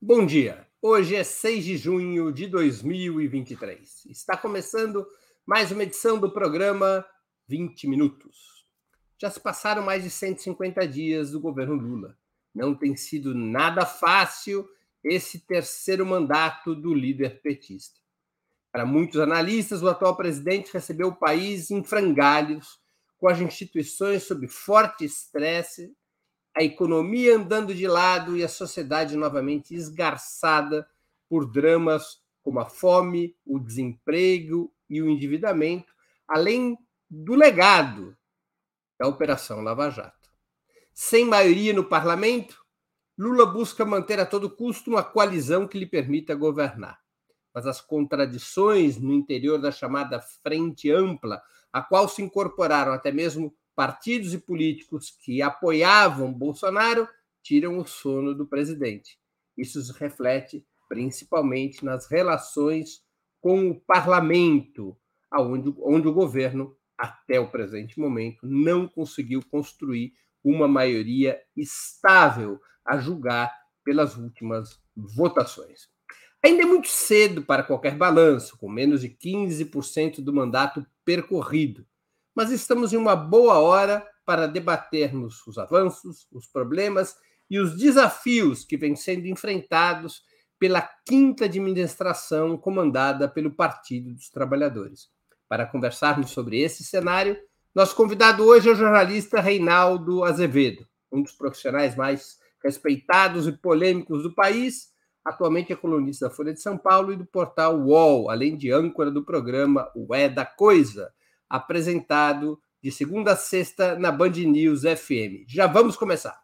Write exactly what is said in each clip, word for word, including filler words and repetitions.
Bom dia. Hoje é seis de junho de dois mil e vinte e três. Está começando mais uma edição do programa vinte Minutos. Já se passaram mais de cento e cinquenta dias do governo Lula. Não tem sido nada fácil esse terceiro mandato do líder petista. Para muitos analistas, o atual presidente recebeu o país em frangalhos, com as instituições sob forte estresse, a economia andando de lado e a sociedade novamente esgarçada por dramas como a fome, o desemprego e o endividamento, além do legado da Operação Lava Jato. Sem maioria no parlamento, Lula busca manter a todo custo uma coalizão que lhe permita governar. Mas as contradições no interior da chamada Frente Ampla, a qual se incorporaram até mesmo partidos e políticos que apoiavam Bolsonaro, tiram o sono do presidente. Isso se reflete principalmente nas relações com o parlamento, onde, onde o governo, até o presente momento, não conseguiu construir uma maioria estável, a julgar pelas últimas votações. Ainda é muito cedo para qualquer balanço, com menos de quinze por cento do mandato percorrido, mas estamos em uma boa hora para debatermos os avanços, os problemas e os desafios que vêm sendo enfrentados pela quinta administração comandada pelo Partido dos Trabalhadores. Para conversarmos sobre esse cenário, nosso convidado hoje é o jornalista Reinaldo Azevedo, um dos profissionais mais respeitados e polêmicos do país. Atualmente é colunista da Folha de São Paulo e do portal U O L, além de âncora do programa O É da Coisa, apresentado de segunda a sexta na Band News F M. Já vamos começar.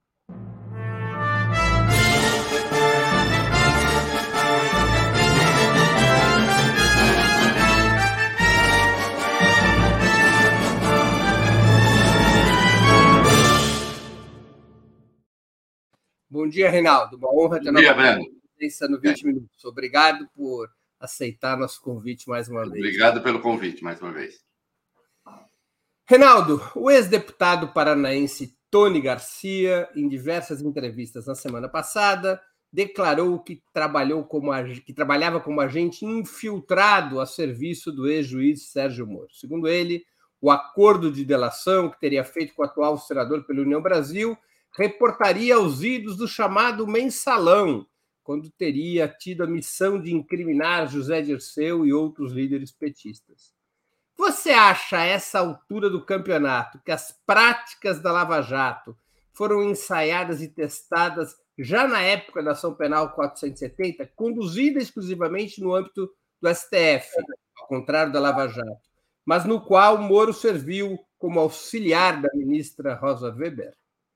Bom dia, Reinaldo. Uma honra ter a presença no vinte Minutos. Obrigado por aceitar nosso convite mais uma vez. Obrigado pelo convite mais uma vez. Reinaldo, o ex-deputado paranaense Tony Garcia, em diversas entrevistas na semana passada, declarou que, trabalhou como, que trabalhava como agente infiltrado a serviço do ex-juiz Sérgio Moro. Segundo ele, o acordo de delação que teria feito com o atual senador pela União Brasil reportaria aos idos do chamado mensalão, quando teria tido a missão de incriminar José Dirceu e outros líderes petistas. Você acha, a essa altura do campeonato, que as práticas da Lava Jato foram ensaiadas e testadas já na época da ação penal quatrocentos e setenta, conduzida exclusivamente no âmbito do S T F, ao contrário da Lava Jato, mas no qual Moro serviu como auxiliar da ministra Rosa Weber?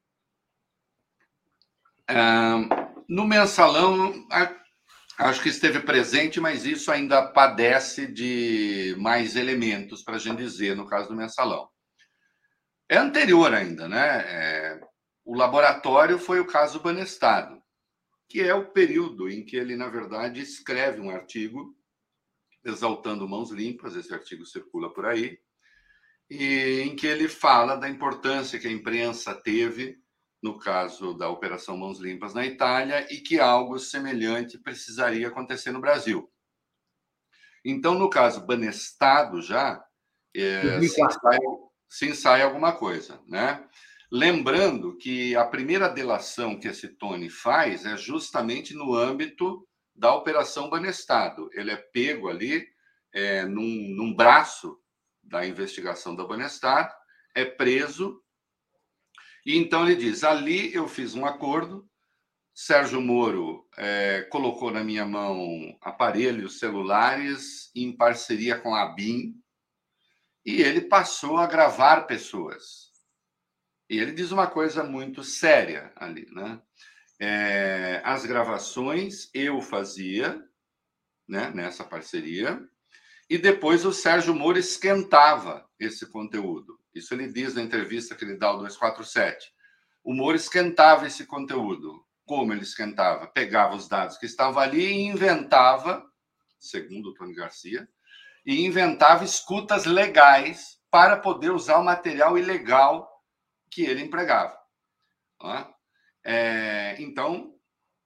Um, no mensalão, acho que esteve presente, mas isso ainda padece de mais elementos para a gente dizer no caso do mensalão. É anterior ainda, né? É, o laboratório foi o caso Banestado, que é o período em que ele, na verdade, escreve um artigo exaltando Mãos Limpas, esse artigo circula por aí, e em que ele fala da importância que a imprensa teve no caso da Operação Mãos Limpas na Itália, e que algo semelhante precisaria acontecer no Brasil. Então, no caso Banestado, já é, se, ensaia, se ensaia alguma coisa, né? Lembrando que a primeira delação que esse Tony faz é justamente no âmbito da Operação Banestado. Ele é pego ali é, num, num braço da investigação da Banestado, é preso. E então ele diz, ali eu fiz um acordo, Sérgio Moro é, colocou na minha mão aparelhos celulares em parceria com a BIM, e ele passou a gravar pessoas. E ele diz uma coisa muito séria ali, né? É, as gravações eu fazia, né, nessa parceria, e depois o Sérgio Moro esquentava esse conteúdo. Isso ele diz na entrevista que ele dá ao duzentos e quarenta e sete. O Moro esquentava esse conteúdo. Como ele esquentava? Pegava os dados que estavam ali e inventava, segundo o Tony Garcia, e inventava escutas legais para poder usar o material ilegal que ele empregava. É? É, então,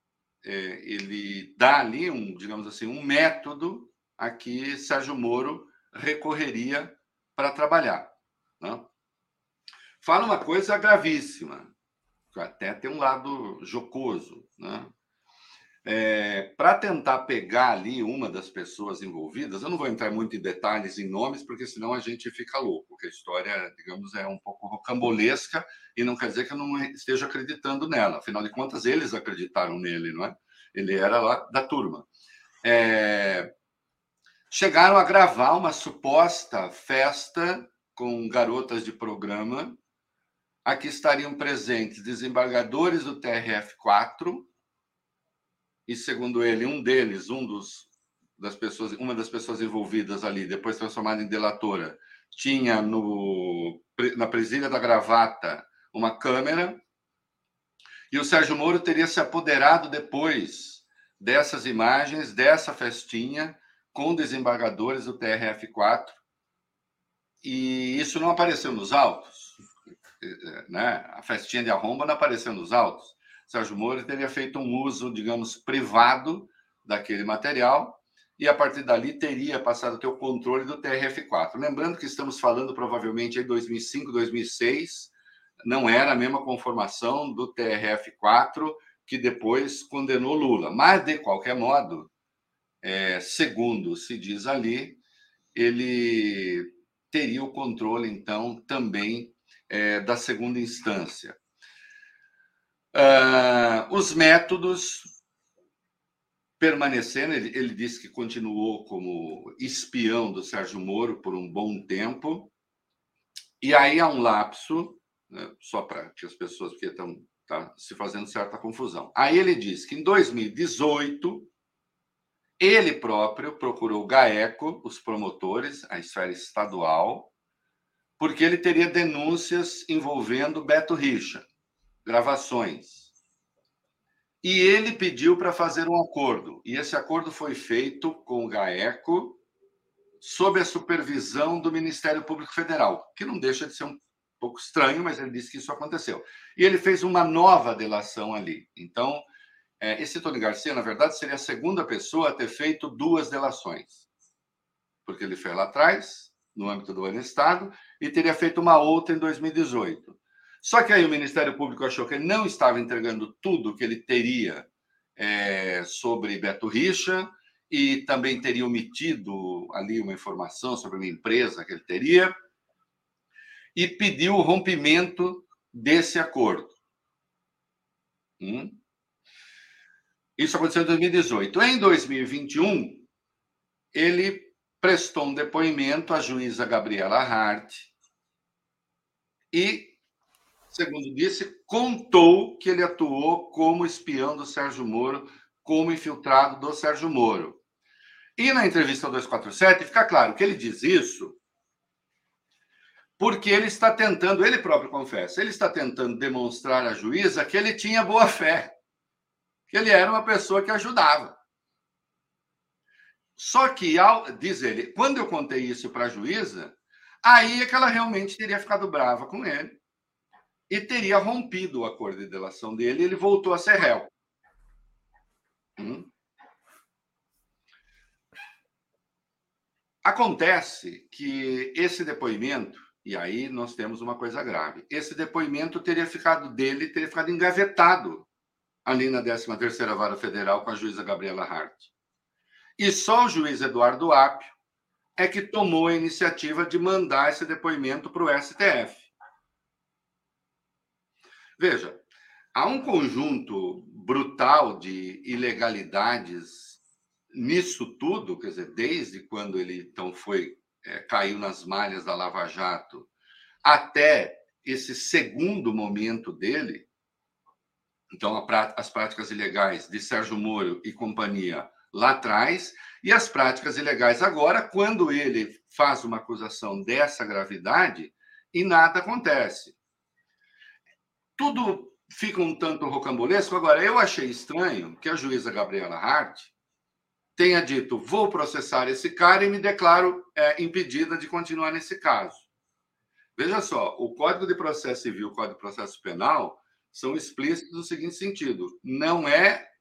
é, ele dá ali um, digamos assim, um método a que Sérgio Moro recorreria para trabalhar, né? Fala uma coisa gravíssima, até tem um lado jocoso, né? É, para tentar pegar ali uma das pessoas envolvidas, eu não vou entrar muito em detalhes, em nomes, porque senão a gente fica louco, porque a história, digamos, é um pouco rocambolesca e não quer dizer que eu não esteja acreditando nela. Afinal de contas, eles acreditaram nele, não é? Ele era lá da turma. É... Chegaram a gravar uma suposta festa com garotas de programa. Aqui estariam presentes desembargadores do T R F quatro, e, segundo ele, um deles, um dos, das pessoas, uma das pessoas envolvidas ali, depois transformada em delatora, tinha no, na presilha da gravata uma câmera, e o Sérgio Moro teria se apoderado depois dessas imagens, dessa festinha, com desembargadores do T R F quatro, e isso não apareceu nos autos, né? A festinha de arromba não apareceu nos autos. Sérgio Moro teria feito um uso, digamos, privado daquele material e, a partir dali, teria passado a ter o controle do T R F quatro. Lembrando que estamos falando, provavelmente, em dois mil e cinco, dois mil e seis, não era a mesma conformação do T R F quatro que depois condenou Lula. Mas, de qualquer modo, é, segundo se diz ali, ele teria o controle, então, também é, da segunda instância. Uh, os métodos permanecendo, ele, ele disse que continuou como espião do Sérgio Moro por um bom tempo, e aí há um lapso, né, só para que as pessoas, porque estão tá, se fazendo certa confusão. Aí ele diz que em dois mil e dezoito, ele próprio procurou o GAECO, os promotores, a esfera estadual, porque ele teria denúncias envolvendo Beto Richa, gravações. E ele pediu para fazer um acordo. E esse acordo foi feito com o GAECO, sob a supervisão do Ministério Público Federal, que não deixa de ser um pouco estranho, mas ele disse que isso aconteceu. E ele fez uma nova delação ali. Então, esse Tony Garcia, na verdade, seria a segunda pessoa a ter feito duas delações. Porque ele fez lá atrás, no âmbito do Estado, e teria feito uma outra em dois mil e dezoito. Só que aí o Ministério Público achou que ele não estava entregando tudo que ele teria é, sobre Beto Richa e também teria omitido ali uma informação sobre uma empresa que ele teria e pediu o rompimento desse acordo. Hum? Isso aconteceu em dois mil e dezoito. Em dois mil e vinte e um, ele prestou um depoimento à juíza Gabriela Hart e, segundo disse, contou que ele atuou como espião do Sérgio Moro, como infiltrado do Sérgio Moro. E na entrevista duzentos e quarenta e sete, fica claro que ele diz isso porque ele está tentando, ele próprio confessa, ele está tentando demonstrar à juíza que ele tinha boa fé, que ele era uma pessoa que ajudava. Só que, ao, diz ele, quando eu contei isso para a juíza, aí é que ela realmente teria ficado brava com ele e teria rompido o acordo de delação dele e ele voltou a ser réu. Hum? Acontece que esse depoimento, e aí nós temos uma coisa grave, esse depoimento teria ficado dele, teria ficado engavetado ali na décima terceira Vara Federal com a juíza Gabriela Hart. E só o juiz Eduardo Apio é que tomou a iniciativa de mandar esse depoimento para o S T F. Veja, há um conjunto brutal de ilegalidades nisso tudo, quer dizer, desde quando ele então foi, é, caiu nas malhas da Lava Jato, até esse segundo momento dele, então as práticas ilegais de Sérgio Moro e companhia lá atrás, e as práticas ilegais agora, quando ele faz uma acusação dessa gravidade e nada acontece. Tudo fica um tanto rocambolesco. Agora, eu achei estranho que a juíza Gabriela Hart tenha dito, vou processar esse cara e me declaro é, impedida de continuar nesse caso. Veja só, o Código de Processo Civil e o Código de Processo Penal são explícitos no seguinte sentido, não é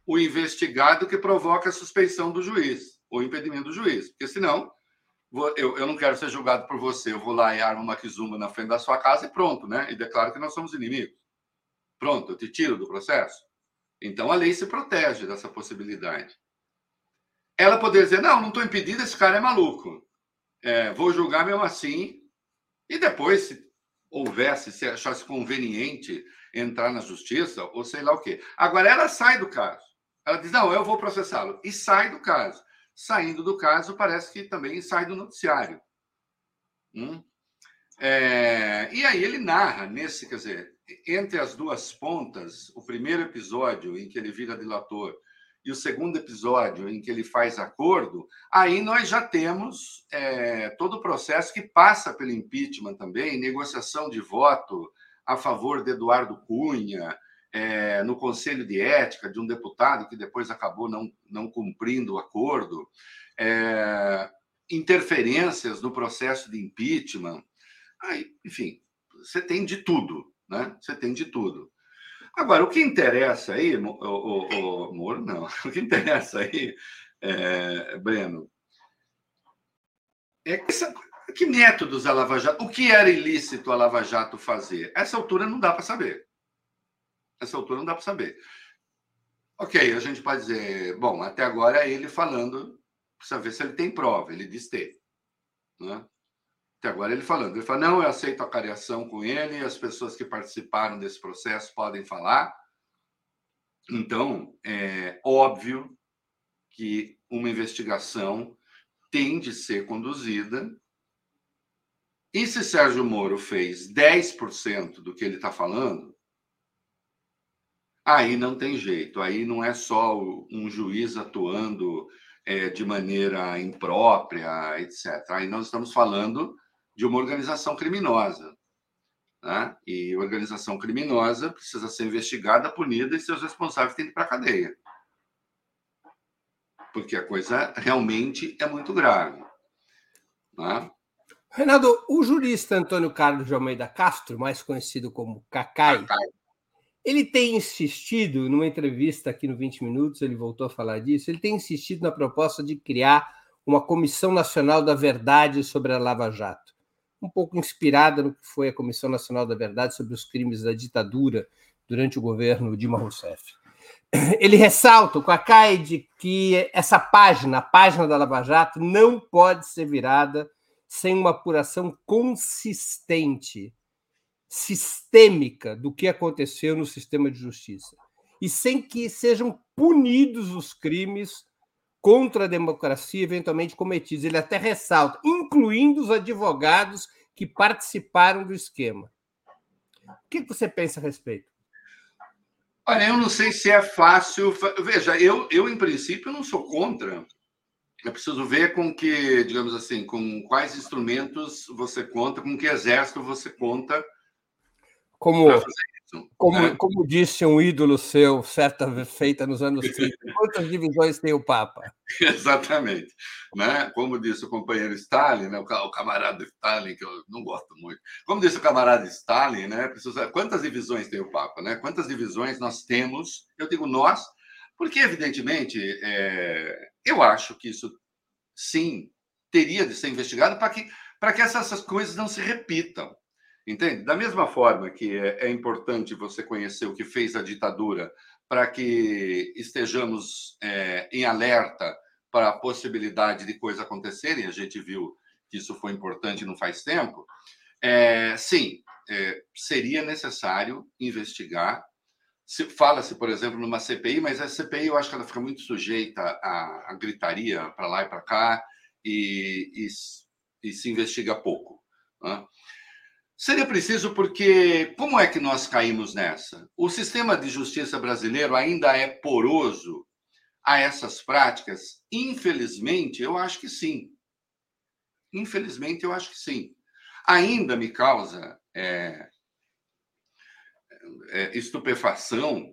o investigado que provoca a suspeição do juiz, ou impedimento do juiz. Porque, senão, eu, eu não quero ser julgado por você, eu vou lá e armo uma kizumba na frente da sua casa e pronto, né? E declaro que nós somos inimigos. Pronto, eu te tiro do processo. Então, a lei se protege dessa possibilidade. Ela poder dizer, não, não estou impedido, esse cara é maluco. É, vou julgar mesmo assim, e depois, se houvesse, se achasse conveniente entrar na justiça, ou sei lá o quê. Agora, ela sai do caso. Ela diz, não, eu vou processá-lo. E sai do caso. Saindo do caso, parece que também sai do noticiário. Hum? É, e aí ele narra, nesse, quer dizer, entre as duas pontas, o primeiro episódio em que ele vira delator e o segundo episódio em que ele faz acordo, aí nós já temos é, todo o processo que passa pelo impeachment também, negociação de voto a favor de Eduardo Cunha, é, no Conselho de Ética de um deputado que depois acabou não, não cumprindo o acordo, é, interferências no processo de impeachment. Aí, enfim, você tem de tudo, né? Você tem de tudo. Agora, o que interessa aí, o, o, o Moro, não, o que interessa aí, é, Breno, é que, essa, que métodos a Lava Jato, o que era ilícito a Lava Jato fazer? Essa altura não dá para saber. Essa altura não dá para saber. Ok, a gente pode dizer, bom, até agora é ele falando, precisa ver se ele tem prova, ele diz ter, né? Até agora ele falando, ele fala, não, eu aceito a cariação com ele, as pessoas que participaram desse processo podem falar. Então, é óbvio que uma investigação tem de ser conduzida. E se Sérgio Moro fez dez por cento do que ele está falando, aí não tem jeito. Aí não é só um juiz atuando é, de maneira imprópria, etcétera. Aí nós estamos falando de uma organização criminosa. Né? E organização criminosa precisa ser investigada, punida e seus responsáveis têm que ir para a cadeia. Porque a coisa realmente é muito grave. Né? Renato, o jurista Antônio Carlos de Almeida Castro, mais conhecido como Cacai, Cacai, ele tem insistido, numa entrevista aqui no vinte Minutos, ele voltou a falar disso, ele tem insistido na proposta de criar uma Comissão Nacional da Verdade sobre a Lava Jato, um pouco inspirada no que foi a Comissão Nacional da Verdade sobre os crimes da ditadura durante o governo Dilma Rousseff. Ele ressalta, o Cacai, de que essa página, a página da Lava Jato, não pode ser virada sem uma apuração consistente, sistêmica do que aconteceu no sistema de justiça e sem que sejam punidos os crimes contra a democracia eventualmente cometidos. Ele até ressalta, incluindo os advogados que participaram do esquema. O que você pensa a respeito? Olha, eu não sei se é fácil. Veja, eu, eu em princípio, não sou contra. É preciso ver com que, digamos assim, com quais instrumentos você conta, com que exército você conta como, para fazer isso. Como, né? Como disse um ídolo seu, certa feita nos anos trinta, quantas divisões tem o Papa? Exatamente. Né? Como disse o companheiro Stalin, né? o camarada Stalin, que eu não gosto muito. Como disse o camarada Stalin, né? Precisa, quantas divisões tem o Papa? Né? Quantas divisões nós temos? Eu digo nós, porque, evidentemente, é, eu acho que isso, sim, teria de ser investigado para que, para que essas, essas coisas não se repitam. Entende? Da mesma forma que é, é importante você conhecer o que fez a ditadura para que estejamos é, em alerta para a possibilidade de coisas acontecerem, a gente viu que isso foi importante não faz tempo, é, sim, é, seria necessário investigar. Se, fala-se, por exemplo, numa C P I, mas a C P I eu acho que ela fica muito sujeita à, à gritaria para lá e para cá e, e, e se investiga pouco. Né? Seria preciso porque, como é que nós caímos nessa? O sistema de justiça brasileiro ainda é poroso a essas práticas? Infelizmente, eu acho que sim. Infelizmente, eu acho que sim. Ainda me causa é, é, estupefação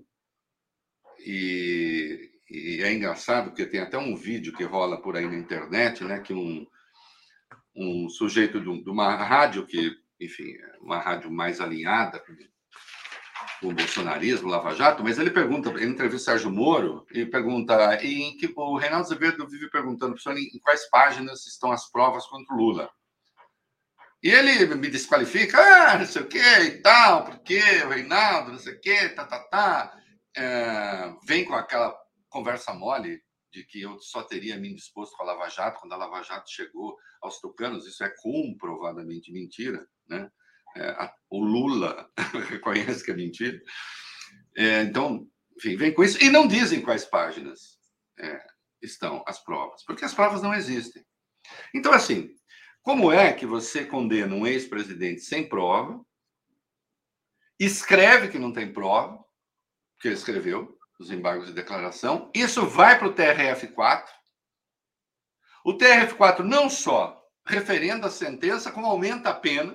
e, e é engraçado porque tem até um vídeo que rola por aí na internet, né, que um, um sujeito de uma rádio que, enfim, uma rádio mais alinhada o bolsonarismo, o Lava Jato, mas ele pergunta, ele entrevista o Sérgio Moro e pergunta, e em que o Reinaldo Azevedo vive perguntando, professor, em quais páginas estão as provas contra o Lula? E ele me desqualifica, ah, não sei o quê e tal, porque o Reinaldo, não sei o quê, tá, tá, tá. É, vem com aquela conversa mole de que eu só teria me indisposto com a Lava Jato quando a Lava Jato chegou aos tucanos. Isso é comprovadamente mentira, né? É, a, o Lula reconhece que é mentira. É, então, enfim, vem com isso. E não dizem quais páginas é, estão as provas, porque as provas não existem. Então, assim, como é que você condena um ex-presidente sem prova, escreve que não tem prova, que ele escreveu, os embargos de declaração, isso vai para o T R F quatro, o T R F quatro não só referenda a sentença, como aumenta a pena.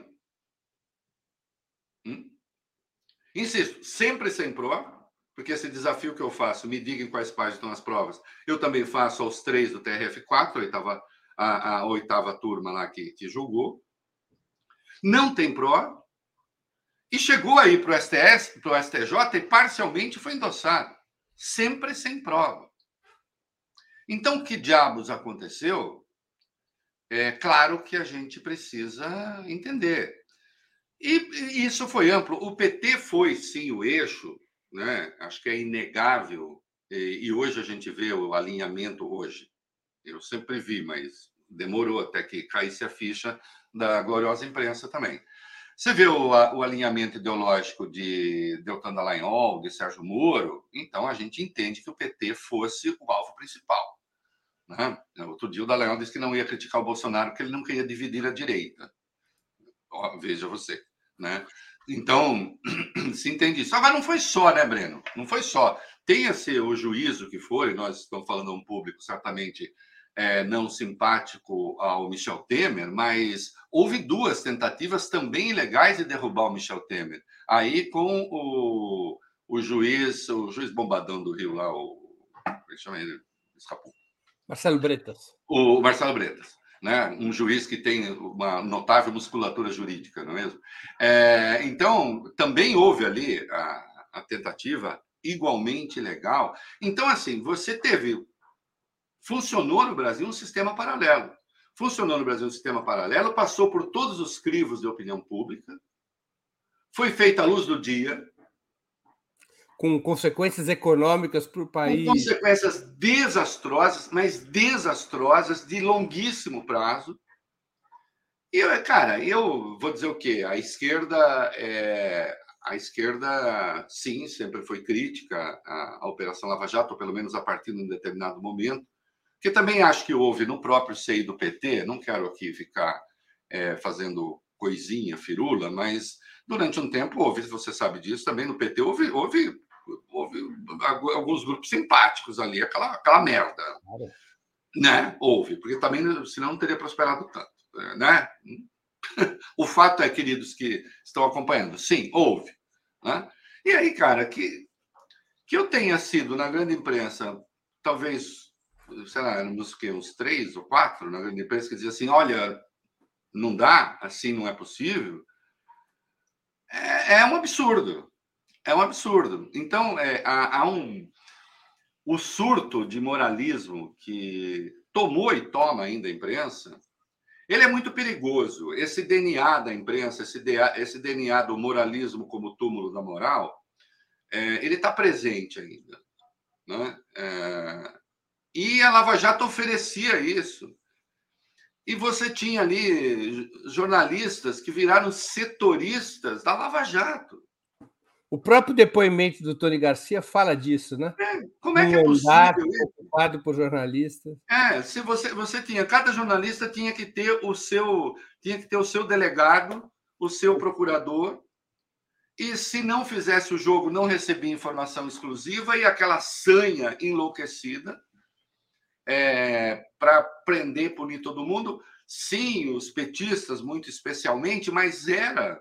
Hum? Insisto, sempre sem prova, porque esse desafio que eu faço, me digam quais páginas estão as provas, eu também faço aos três do T R F quatro, a oitava, a, a oitava turma lá que, que julgou. Não tem prova. E chegou aí para o S T S, para o S T J, e parcialmente foi endossado. Sempre sem prova. Então, que diabos aconteceu? É claro que a gente precisa entender. E, e isso foi amplo. O P T foi, sim, o eixo, né? Acho que é inegável. E, e hoje a gente vê o alinhamento hoje. Eu sempre vi, mas demorou até que caísse a ficha da gloriosa imprensa também. Você vê o, o alinhamento ideológico de Deltan Dallagnol, de Sérgio Moro, então a gente entende que o P T fosse o alvo principal. Né? Outro dia o Dallagnol disse que não ia criticar o Bolsonaro porque ele não queria dividir a direita. Ó, veja você. Né? Então, se entende isso. Agora, não foi só, né, Breno? Não foi só. Tenha-se o juízo que for, e nós estamos falando a um público certamente é, não simpático ao Michel Temer, mas houve duas tentativas também ilegais de derrubar o Michel Temer. Aí com o, o juiz, o juiz bombadão do Rio lá, o. Como é que chama ele? Escapou. Marcelo Bretas. O Marcelo Bretas. Né? Um juiz que tem uma notável musculatura jurídica, não é mesmo? É, então, também houve ali a, a tentativa igualmente legal. Então, assim, você teve... Funcionou no Brasil um sistema paralelo. Funcionou no Brasil um sistema paralelo, passou por todos os crivos de opinião pública, foi feita à luz do dia. Com consequências econômicas para o país. Com consequências desastrosas, mas desastrosas, de longuíssimo prazo. E, cara, eu vou dizer o quê? A esquerda, é... a esquerda, sim, sempre foi crítica à, à Operação Lava Jato, ou pelo menos a partir de um determinado momento, que também acho que houve no próprio seio do P T, não quero aqui ficar é, fazendo coisinha, firula, mas durante um tempo houve, você sabe disso, também no P T houve, houve, houve alguns grupos simpáticos ali, aquela, aquela merda. Claro. Né? Houve, porque também, senão não teria prosperado tanto. Né? O fato é, queridos que estão acompanhando, sim, houve. Né? E aí, cara, que, que eu tenha sido na grande imprensa, talvez, sei lá, éramos que, uns três ou quatro na grande imprensa que dizia assim, olha, não dá, assim não é possível, é, é um absurdo. É um absurdo. Então, é, há, há um... O surto de moralismo que tomou e toma ainda a imprensa, ele é muito perigoso. Esse D N A da imprensa, esse, esse D N A do moralismo como túmulo da moral, é, ele está presente ainda. Né? É, e a Lava Jato oferecia isso. E você tinha ali jornalistas que viraram setoristas da Lava Jato. O próprio depoimento do Tony Garcia fala disso, né? É, como é que é possível isso? Ocupado por jornalistas. É, se você, você tinha, cada jornalista tinha que ter o seu, tinha que ter o seu delegado, o seu procurador, e se não fizesse o jogo, não recebia informação exclusiva e aquela sanha enlouquecida é, para prender, punir todo mundo. Sim, os petistas, muito especialmente, mas era,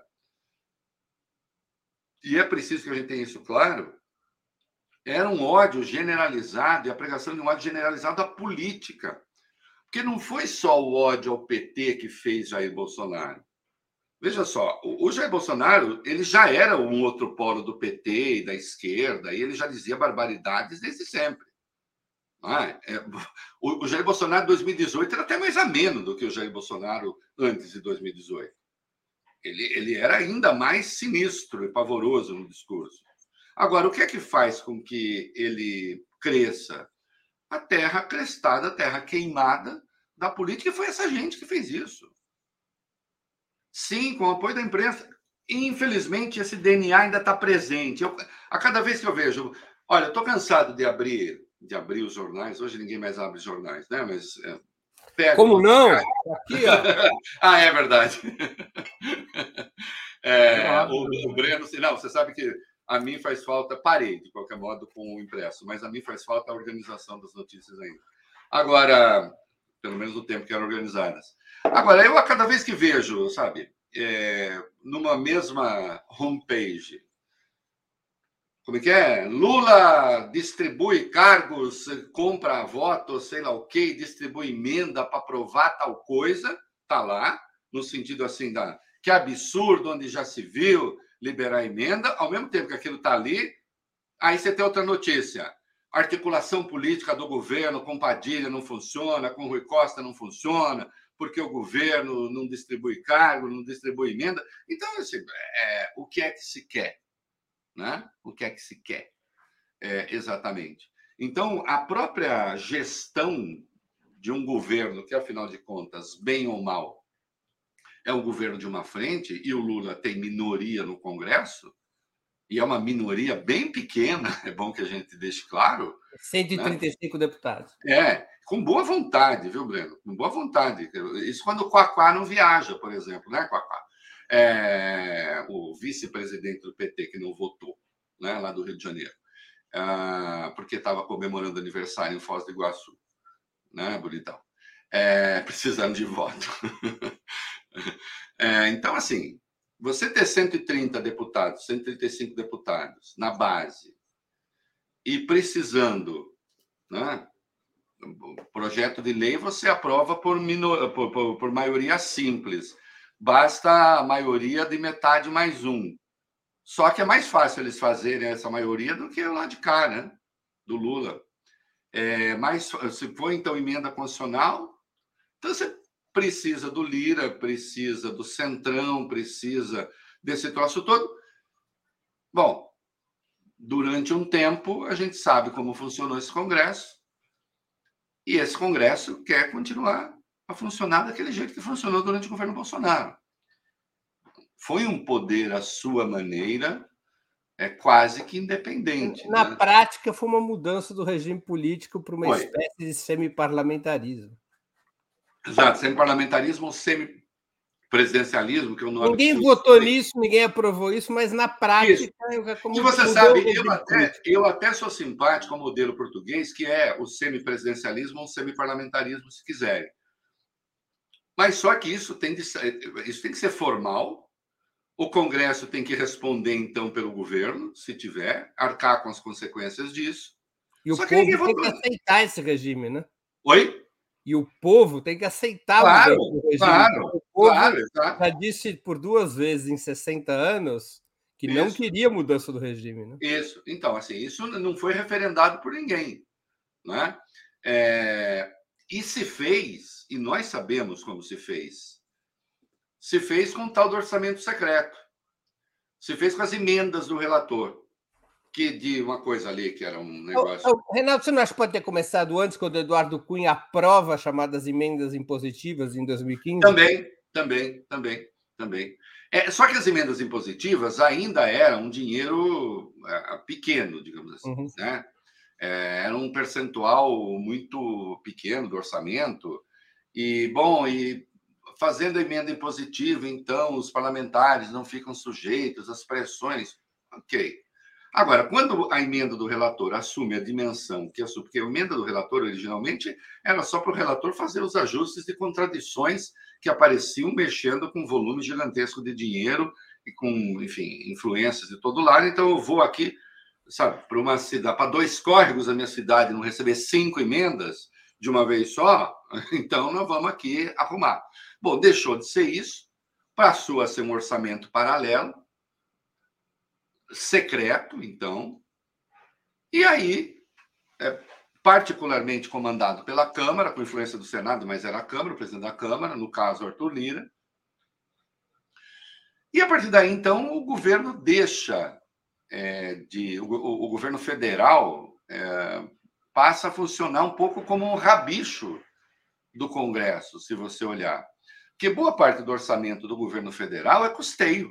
e é preciso que a gente tenha isso claro, era um ódio generalizado, e a pregação de um ódio generalizado à política. Porque não foi só o ódio ao P T que fez Jair Bolsonaro. Veja só, o Jair Bolsonaro ele já era um outro polo do P T e da esquerda, e ele já dizia barbaridades desde sempre. Ah, é, o, o Jair Bolsonaro de dois mil e dezoito era até mais ameno do que o Jair Bolsonaro antes de dois mil e dezoito. Ele, ele era ainda mais sinistro e pavoroso no discurso. Agora, o que é que faz com que ele cresça? A terra crestada, a terra queimada da política, e foi essa gente que fez isso. Sim, com o apoio da imprensa. Infelizmente, esse D N A ainda está presente. Eu, a cada vez que eu vejo... Olha, eu estou cansado de abrir, de abrir os jornais. Hoje ninguém mais abre jornais, né? Mas... É, pego Como não? Aqui, ó. Ah, é verdade. É, o, o Breno... Não, você sabe que a mim faz falta... Parei, de qualquer modo, com o impresso. Mas a mim faz falta a organização das notícias ainda. Agora... Pelo menos no tempo que eram organizadas. Agora, eu a cada vez que vejo, sabe, é, numa mesma homepage, como é que é? Lula distribui cargos, compra votos, sei lá o quê, distribui emenda para aprovar tal coisa, tá lá, no sentido assim, da, que absurdo, onde já se viu liberar emenda, ao mesmo tempo que aquilo tá ali, aí você tem outra notícia. A articulação política do governo com Padilha não funciona, com Rui Costa não funciona, porque o governo não distribui cargo, não distribui emenda. Então, assim, é, o que é que se quer? Né? O que é que se quer? É, exatamente. Então, a própria gestão de um governo, que, afinal de contas, bem ou mal, é o governo de uma frente, e o Lula tem minoria no Congresso, e é uma minoria bem pequena, é bom que a gente deixe claro. cento e trinta e cinco, né? Deputados. É, com boa vontade, viu, Breno? Com boa vontade. Isso quando o Quaquá não viaja, por exemplo, né, Quaquá? É, o vice-presidente do P T que não votou, né, lá do Rio de Janeiro, é, porque estava comemorando aniversário em Foz do Iguaçu, né, bonitão. É, precisando de voto. É, então, assim, você ter cento e trinta deputados, cento e trinta e cinco deputados na base e precisando, né, projeto de lei você aprova por, minor... por, por, por maioria simples. Basta a maioria de metade mais um. Só que é mais fácil eles fazerem essa maioria do que lá de cá, né? Do Lula. É mais... Se for, então, emenda constitucional, então você precisa do Lira, precisa do Centrão, precisa desse troço todo. Bom, durante um tempo, a gente sabe como funcionou esse Congresso, e esse Congresso quer continuar a funcionar daquele jeito que funcionou durante o governo Bolsonaro. Foi um poder à sua maneira, é quase que independente. Na né? prática, foi uma mudança do regime político para uma Foi. espécie de semiparlamentarismo. Exato, semiparlamentarismo ou semipresidencialismo, que é o nome. Ninguém votou nisso, ninguém aprovou isso, mas na prática... É como e você sabe, eu até, eu até sou simpático ao modelo português, que é o semipresidencialismo ou semiparlamentarismo, se quiserem. Mas só que isso tem, de, isso tem que ser formal, o Congresso tem que responder, então, pelo governo, se tiver, arcar com as consequências disso. E o só povo que tem votou. que aceitar esse regime, né? Oi? E o povo tem que aceitar claro, o regime. Claro, o povo claro, já disse por duas vezes em sessenta anos que não isso. queria mudança do regime. Né? Isso. Então, assim, isso não foi referendado por ninguém. Né? É... E se fez, e nós sabemos como se fez, se fez com o tal do orçamento secreto. Se fez com as emendas do relator. Que de uma coisa ali, que era um negócio... Oh, oh, Renato, você não acha que pode ter começado antes, quando o Eduardo Cunha aprova as chamadas emendas impositivas em dois mil e quinze? Também, também, também, também. É, só que as emendas impositivas ainda eram um dinheiro é, pequeno, digamos assim, uhum. né? É, era um percentual muito pequeno do orçamento. E, bom, e fazendo a emenda impositiva, então, os parlamentares não ficam sujeitos às pressões. Ok. Agora, quando a emenda do relator assume a dimensão que assume, porque a emenda do relator originalmente era só para o relator fazer os ajustes de contradições que apareciam mexendo com um volume gigantesco de dinheiro e com, enfim, influências de todo lado. Então, eu vou aqui, sabe, para uma cidade, para dois córregos da minha cidade não receber cinco emendas de uma vez só, então nós vamos aqui arrumar. Bom, deixou de ser isso. passou a ser um orçamento paralelo, secreto, então, e aí, é, particularmente comandado pela Câmara, com influência do Senado, mas era a Câmara, o presidente da Câmara, no caso, Arthur Lira. E a partir daí, então, o governo deixa é, de. O, o, o governo federal é, passa a funcionar um pouco como um rabicho do Congresso, se você olhar. Porque boa parte do orçamento do governo federal é custeio.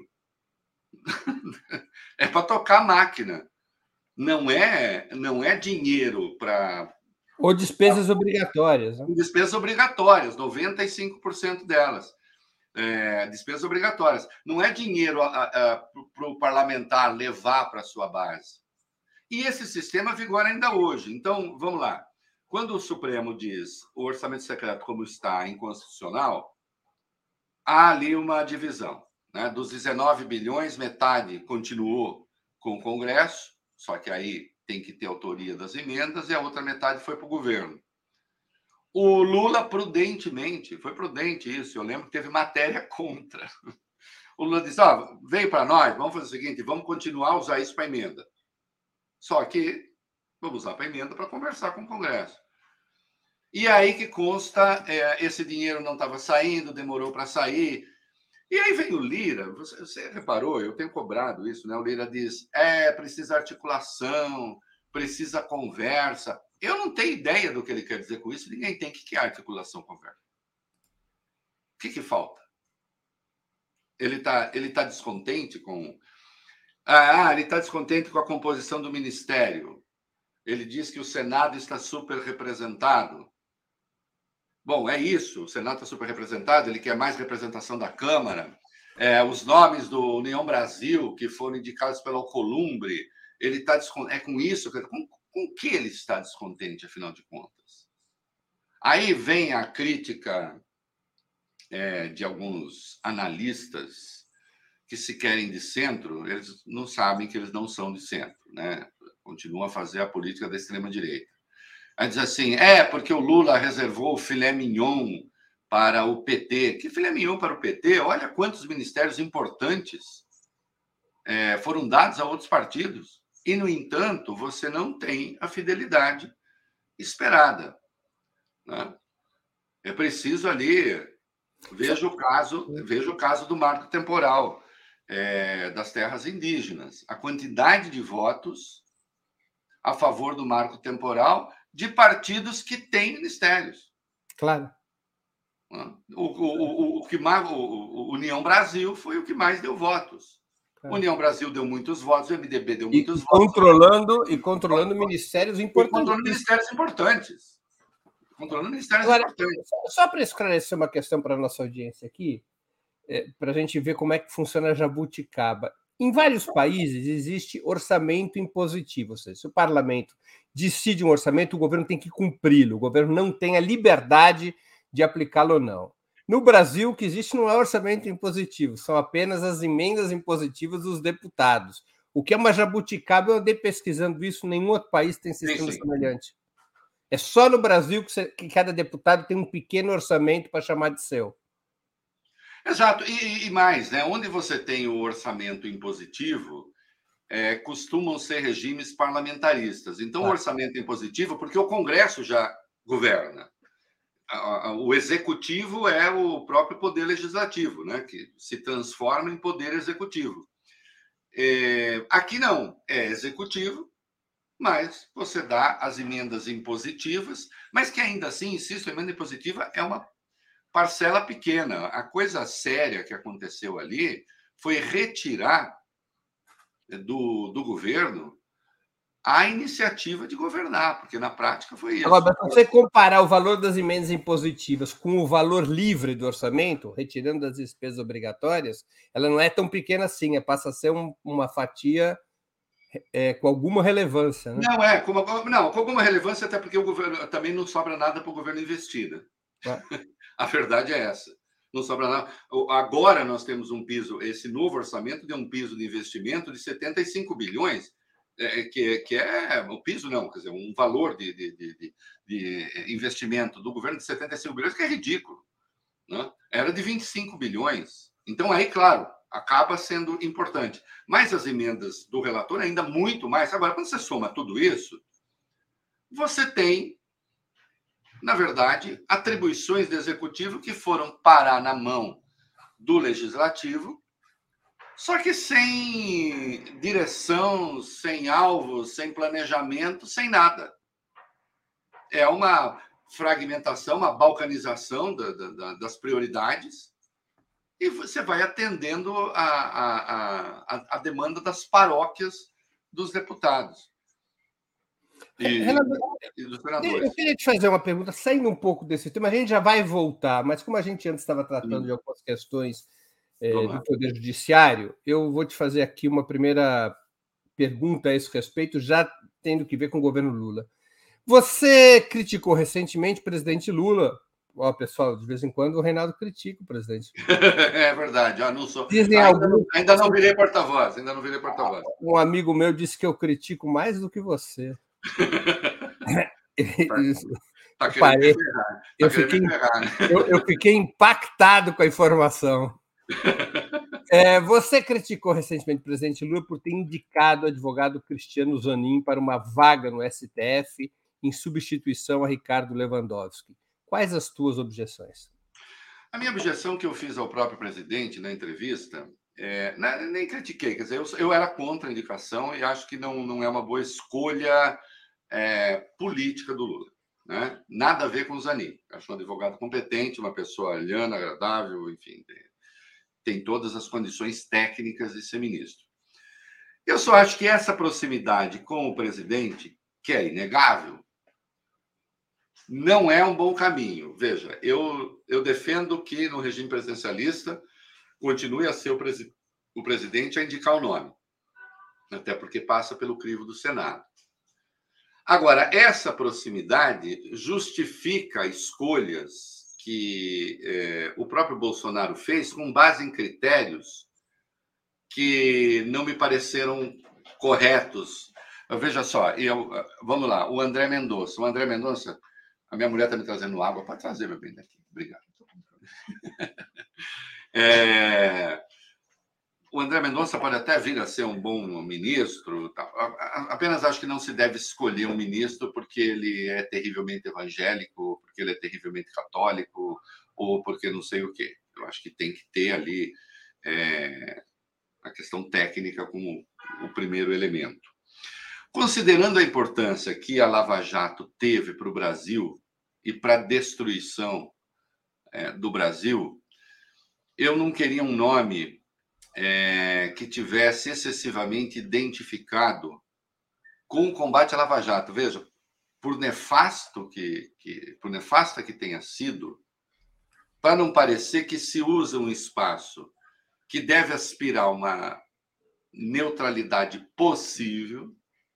É para tocar a máquina. Não é, não é dinheiro para. Ou despesas obrigatórias. Né? Despesas obrigatórias, noventa e cinco por cento delas. É, despesas obrigatórias. Não é dinheiro para o parlamentar levar para a sua base. E esse sistema vigora ainda hoje. Então, vamos lá. Quando o Supremo diz o orçamento secreto como está inconstitucional, há ali uma divisão. Né? Dos dezenove bilhões, metade continuou com o Congresso, só que aí tem que ter autoria das emendas, e a outra metade foi para o governo. O Lula, prudentemente, foi prudente isso, eu lembro que teve matéria contra. O Lula disse, ó, vem para nós, vamos fazer o seguinte, vamos continuar a usar isso para emenda. Só que vamos usar para emenda para conversar com o Congresso. E aí que consta, é, esse dinheiro não estava saindo, demorou para sair. E aí vem o Lira, você, você reparou, eu tenho cobrado isso, né? O Lira diz, é, precisa articulação, precisa conversa. Eu não tenho ideia do que ele quer dizer com isso, ninguém tem. O que é articulação, conversa? O que, que falta? Ele está ele tá descontente com... Ah, ele está descontente com a composição do ministério. Ele diz que o Senado está super representado. Bom, é isso, o Senado está super representado, ele quer mais representação da Câmara. É, os nomes do União Brasil, que foram indicados pela Alcolumbre, ele está descontente. É com isso, com, com que ele está descontente, afinal de contas? Aí vem a crítica é, de alguns analistas que se querem de centro, eles não sabem que eles não são de centro, né? Continuam a fazer a política da extrema-direita. Aí diz assim, é porque o Lula reservou o filé mignon para o P T. Que filé mignon para o P T? Olha quantos ministérios importantes é, foram dados a outros partidos. E, no entanto, você não tem a fidelidade esperada. Né? É preciso ali... Veja o caso, veja o caso do marco temporal é, das terras indígenas. A quantidade de votos a favor do marco temporal de partidos que têm ministérios. Claro. O, o, o, o que mais, o, o União Brasil foi o que mais deu votos. Claro. União Brasil deu muitos votos, o M D B deu muitos e votos. Controlando, e controlando ministérios importantes. E controlando ministérios importantes. Controlando ministérios Agora, importantes. Só para esclarecer uma questão para a nossa audiência aqui, é, para a gente ver como é que funciona a jabuticaba. Em vários países existe orçamento impositivo, ou seja, se o parlamento decide um orçamento, o governo tem que cumpri-lo, o governo não tem a liberdade de aplicá-lo ou não. No Brasil, o que existe não é orçamento impositivo, são apenas as emendas impositivas dos deputados. O que é uma jabuticaba, eu andei pesquisando isso, nenhum outro país tem sistema sim, sim. semelhante. É só no Brasil que, você, que cada deputado tem um pequeno orçamento para chamar de seu. Exato, e, e mais, né? Onde você tem o orçamento impositivo, é, costumam ser regimes parlamentaristas. Então, ah. o orçamento impositivo, porque o Congresso já governa. O executivo é o próprio poder legislativo, né? Que se transforma em poder executivo. É, aqui não, é executivo, mas você dá as emendas impositivas, mas que ainda assim, insisto, a emenda impositiva é uma parcela pequena. A coisa séria que aconteceu ali foi retirar do, do governo a iniciativa de governar, porque na prática foi isso. Agora, se você comparar o valor das emendas impositivas com o valor livre do orçamento, retirando as despesas obrigatórias, ela não é tão pequena assim, passa a ser um, uma fatia é, com alguma relevância. Né? Não, é, com, não, com alguma relevância, até porque o governo também não sobra nada para o governo investir. Né? Ah. A verdade é essa. Não sobra nada. Agora nós temos um piso, esse novo orçamento deu um piso de investimento de setenta e cinco bilhões, é, que, que é o piso, não, quer dizer, um valor de, de, de, de investimento do governo de setenta e cinco bilhões, que é ridículo. Né? Era de vinte e cinco bilhões. Então, aí, claro, acaba sendo importante. Mas as emendas do relator ainda muito mais. Agora, quando você soma tudo isso, você tem, na verdade, atribuições do executivo que foram parar na mão do legislativo, só que sem direção, sem alvos, sem planejamento, sem nada. É uma fragmentação, uma balcanização da, da, das prioridades, e você vai atendendo a, a, a, a demanda das paróquias dos deputados e, Renato, e dos eu senadores. queria te fazer uma pergunta, saindo um pouco desse tema, a gente já vai voltar, mas como a gente antes estava tratando Hum. de algumas questões é, do Poder Judiciário, eu vou te fazer aqui uma primeira pergunta a esse respeito, já tendo que ver com o governo Lula. Você criticou recentemente o presidente Lula. Ó, pessoal, de vez em quando o Reinaldo critica o presidente. É verdade. Ah, não sou... Dizem ainda, alguns... não, ainda não virei porta-voz. Ainda não virei porta-voz. Um amigo meu disse que eu critico mais do que você. Isso. Tá Eu querendo parei. me ferrar. Tá Eu querendo fiquei, me ferrar, né? eu, eu fiquei impactado com a informação. É, você criticou recentemente o presidente Lula por ter indicado o advogado Cristiano Zanin para uma vaga no S T F em substituição a Ricardo Lewandowski. Quais as tuas objeções? A minha objeção que eu fiz ao próprio presidente na entrevista, é, nem critiquei, quer dizer, eu, eu era contra a indicação e acho que não, não é uma boa escolha é, política do Lula. Né? Nada a ver com o Zanin. Acho um advogado competente, uma pessoa liana, agradável, enfim, tem, tem todas as condições técnicas de ser ministro. Eu só acho que essa proximidade com o presidente, que é inegável, não é um bom caminho. Veja, eu, eu defendo que no regime presidencialista continue a ser o, presi- o presidente a indicar o nome, até porque passa pelo crivo do Senado. Agora, essa proximidade justifica escolhas que eh, o próprio Bolsonaro fez com base em critérios que não me pareceram corretos. Veja só, eu, vamos lá, o André Mendonça. O André Mendonça, a minha mulher está me trazendo água, pode trazer, meu bem, daqui. Obrigado. É, o André Mendonça pode até vir a ser um bom ministro, tá? Apenas acho que não se deve escolher um ministro porque ele é terrivelmente evangélico, porque ele é terrivelmente católico, ou porque não sei o quê. Eu acho que tem que ter ali é, a questão técnica como o primeiro elemento. Considerando a importância que a Lava Jato teve para o Brasil e para a destruição é, do Brasil, eu não queria um nome é, que tivesse excessivamente identificado com o combate à Lava Jato. Veja, por nefasto que, que, por nefasta que tenha sido, para não parecer que se usa um espaço que deve aspirar a uma neutralidade possível,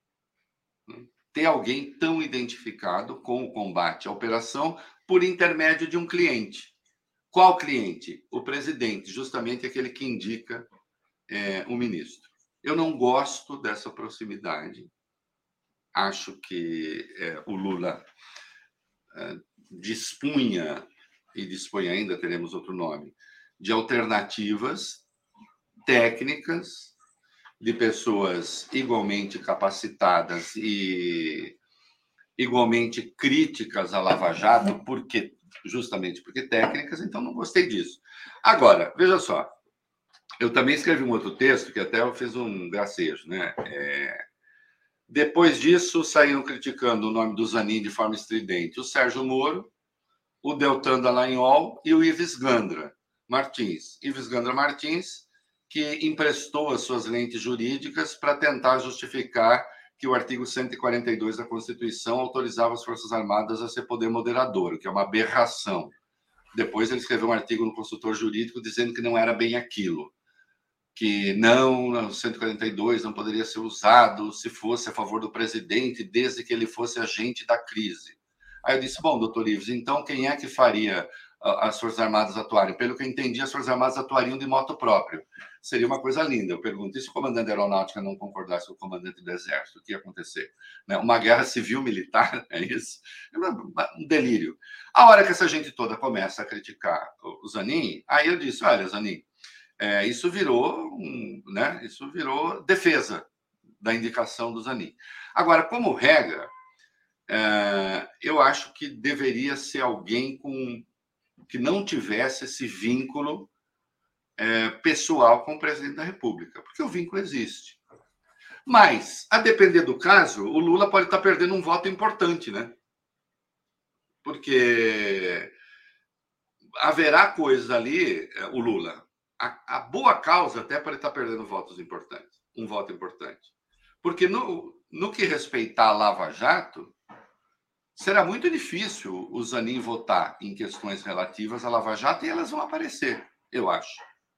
ter alguém tão identificado com o combate à operação por intermédio de um cliente. Qual cliente? O presidente, justamente aquele que indica é, o ministro. Eu não gosto dessa proximidade. Acho que é, o Lula é, dispunha, e dispõe ainda, teremos outro nome, de alternativas técnicas, de pessoas igualmente capacitadas e igualmente críticas à Lava Jato, porque, justamente porque técnicas, então não gostei disso. Agora, veja só, eu também escrevi um outro texto, que até eu fiz um gracejo, né? É... Depois disso, saíram criticando o nome do Zanin de forma estridente o Sérgio Moro, o Deltan Dallagnol e o Ives Gandra Martins. Ives Gandra Martins, que emprestou as suas lentes jurídicas para tentar justificar que o artigo cento e quarenta e dois da Constituição autorizava as Forças Armadas a ser poder moderador, o que é uma aberração. Depois ele escreveu um artigo no Consultor Jurídico dizendo que não era bem aquilo, que não, o cento e quarenta e dois não poderia ser usado se fosse a favor do presidente, desde que ele fosse agente da crise. Aí eu disse, bom, doutor Ives, então quem é que faria as Forças Armadas atuarem? Pelo que eu entendi, as Forças Armadas atuariam de moto próprio. Seria uma coisa linda. Eu pergunto, e se o comandante da aeronáutica não concordasse com o comandante do exército? O que ia acontecer? Uma guerra civil-militar, é isso? Um delírio. A hora que essa gente toda começa a criticar o Zanin, aí eu disse, olha, Zanin, é, isso virou, um, né? Isso virou defesa da indicação do Zanin. Agora, como regra, é, eu acho que deveria ser alguém com que não tivesse esse vínculo é, pessoal com o presidente da República, porque o vínculo existe. Mas, a depender do caso, o Lula pode estar perdendo um voto importante, né? Porque haverá coisas ali, o Lula, a, a boa causa até pode estar perdendo votos importantes, um voto importante. Porque no, no que respeitar a Lava Jato, será muito difícil o Zanin votar em questões relativas à Lava Jato e elas vão aparecer, eu acho.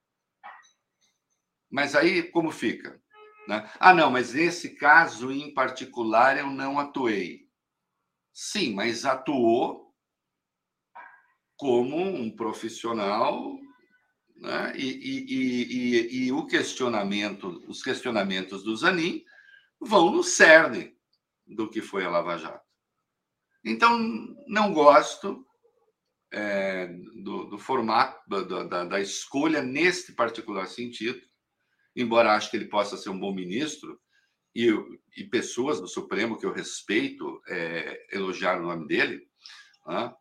Mas aí, como fica? Né? Ah, não, mas nesse caso em particular eu não atuei. Sim, mas atuou como um profissional, né? e, e, e, e, e o questionamento, os questionamentos do Zanin vão no cerne do que foi a Lava Jato. Então, não gosto é, do, do formato, da, da, da escolha neste particular sentido, embora acho que ele possa ser um bom ministro, e, e pessoas do Supremo que eu respeito é, elogiaram o nome dele, né?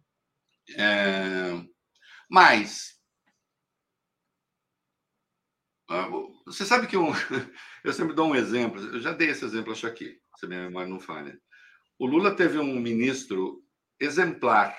é, mas você sabe que um, eu sempre dou um exemplo, eu já dei esse exemplo, acho aqui, se a minha memória não falha. O Lula teve um ministro exemplar,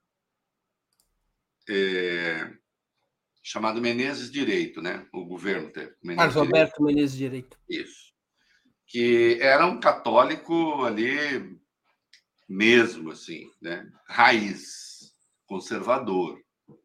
é, chamado Menezes Direito, né? O governo teve. Carlos Alberto Menezes Direito. Isso. Que era um católico ali mesmo, assim, né? Raiz, conservador.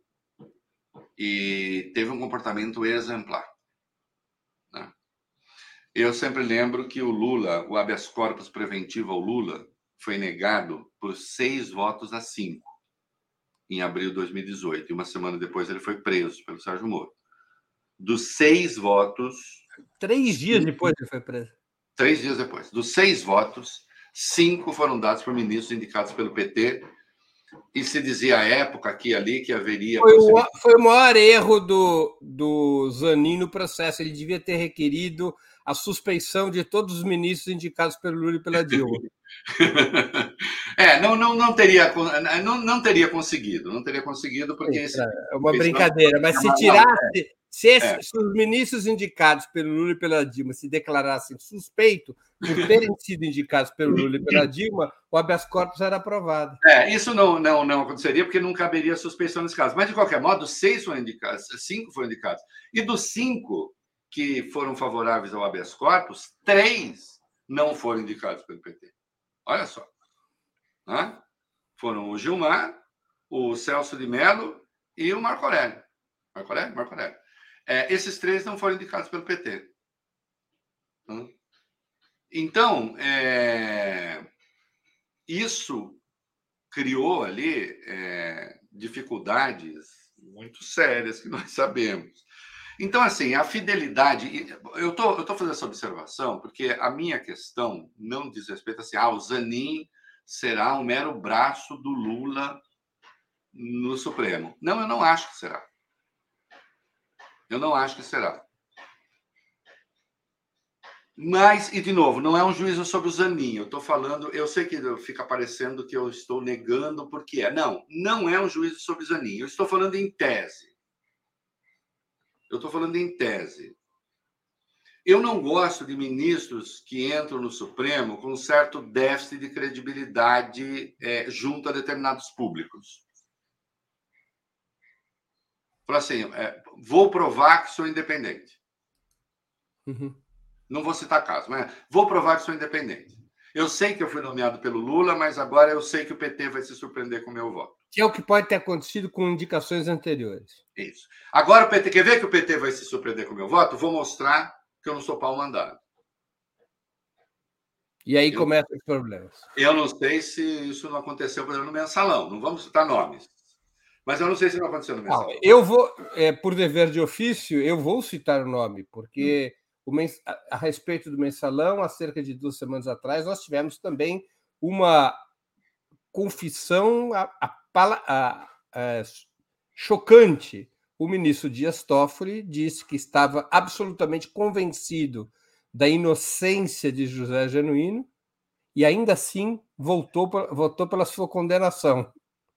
E teve um comportamento exemplar. Né? Eu sempre lembro que o Lula, o habeas corpus preventivo ao Lula, foi negado por seis votos a cinco, em abril de dois mil e dezoito. E uma semana depois ele foi preso pelo Sérgio Moro. Dos seis votos... Três dias cinco, depois ele foi preso. Três dias depois. Dos seis votos, cinco foram dados por ministros indicados pelo P T. E se dizia à época aqui e ali que haveria... Foi o, foi o maior erro do, do Zanin no processo. Ele devia ter requerido a suspeição de todos os ministros indicados pelo Lula e pela Dilma. É, não, não, não, teria, não, não teria conseguido, não teria conseguido, porque... Sim, é uma brincadeira, mas se tirasse, se, esses, é. se os ministros indicados pelo Lula e pela Dilma se declarassem suspeitos por terem sido indicados pelo Lula e pela Dilma, o habeas corpus era aprovado. É, isso não, não, não aconteceria, porque não caberia suspeição nesse caso. Mas, de qualquer modo, seis foram indicados, cinco foram indicados. E dos cinco que foram favoráveis ao habeas corpus, três não foram indicados pelo P T. Olha só. Né? Foram o Gilmar, o Celso de Mello e o Marco Aurélio. Marco Aurélio? Marco Aurélio. É, esses três não foram indicados pelo P T. Né? Então, é, isso criou ali é, dificuldades muito sérias que nós sabemos. Então, assim, a fidelidade... Eu tô, eu tô fazendo essa observação porque a minha questão não diz respeito assim, ah, o Zanin será um mero braço do Lula no Supremo. Não, eu não acho que será. Eu não acho que será. Mas, e de novo, não é um juízo sobre o Zanin. Eu estou falando, eu sei que fica parecendo que eu estou negando porque é. Não, não é um juízo sobre o Zanin. Eu estou falando em tese. Eu estou falando em tese. Eu não gosto de ministros que entram no Supremo com um certo déficit de credibilidade é, junto a determinados públicos. Fala assim, é, vou provar que sou independente. Uhum. Não vou citar caso, mas vou provar que sou independente. Eu sei que eu fui nomeado pelo Lula, mas agora eu sei que o P T vai se surpreender com o meu voto. Que é o que pode ter acontecido com indicações anteriores. Isso. Agora o P T, quer ver que o P T vai se surpreender com o meu voto? Vou mostrar que eu não sou pau mandado. E aí eu, começam os problemas. Eu não sei se isso não aconteceu, por exemplo, no mensalão. Não vamos citar nomes. Mas eu não sei se não aconteceu no mensalão. Não, eu vou, é, por dever de ofício, eu vou citar o nome, porque hum. o mens... a, a respeito do mensalão, há cerca de duas semanas atrás, nós tivemos também uma confissão a, a, a, a, chocante o ministro Dias Toffoli disse que estava absolutamente convencido da inocência de José Genuíno e ainda assim voltou, votou pela sua condenação.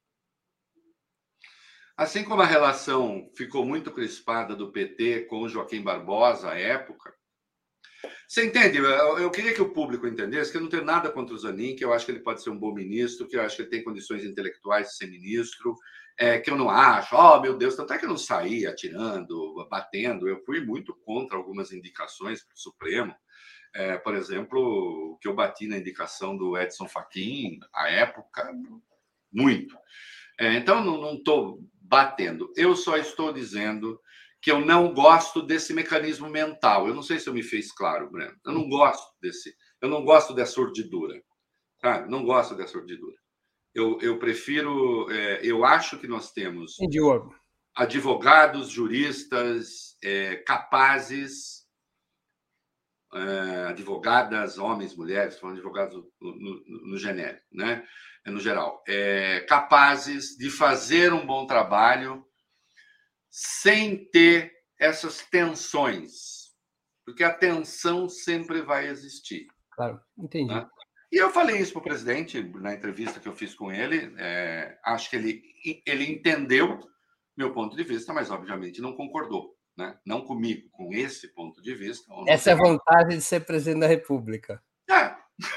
Assim como a relação ficou muito crispada do P T com Joaquim Barbosa à época, você entende? Eu, eu queria que o público entendesse que eu não tenho nada contra o Zanin, que eu acho que ele pode ser um bom ministro, que eu acho que ele tem condições intelectuais de ser ministro, é, que eu não acho, oh meu Deus, tanto é que eu não saí atirando, batendo, eu fui muito contra algumas indicações para o Supremo. É, por exemplo, que eu bati na indicação do Edson Fachin, à época, muito. É, então, não estou batendo. Eu só estou dizendo que eu não gosto desse mecanismo mental. Eu não sei se eu me fiz claro, Breno. Eu não gosto desse. Eu não gosto dessa urdidura. Sabe? Não gosto dessa urdidura. Eu, eu prefiro. É, eu acho que nós temos advogados, juristas é, capazes. Uh, advogadas, homens, mulheres, falando advogados no, no, no genérico, né? No geral, é, capazes de fazer um bom trabalho sem ter essas tensões, porque a tensão sempre vai existir. Claro, entendi. Né? E eu falei isso para o presidente na entrevista que eu fiz com ele. É, acho que ele, ele entendeu meu ponto de vista, mas obviamente não concordou. Né? Não comigo, com esse ponto de vista. Essa é a vantagem de ser presidente da República. É.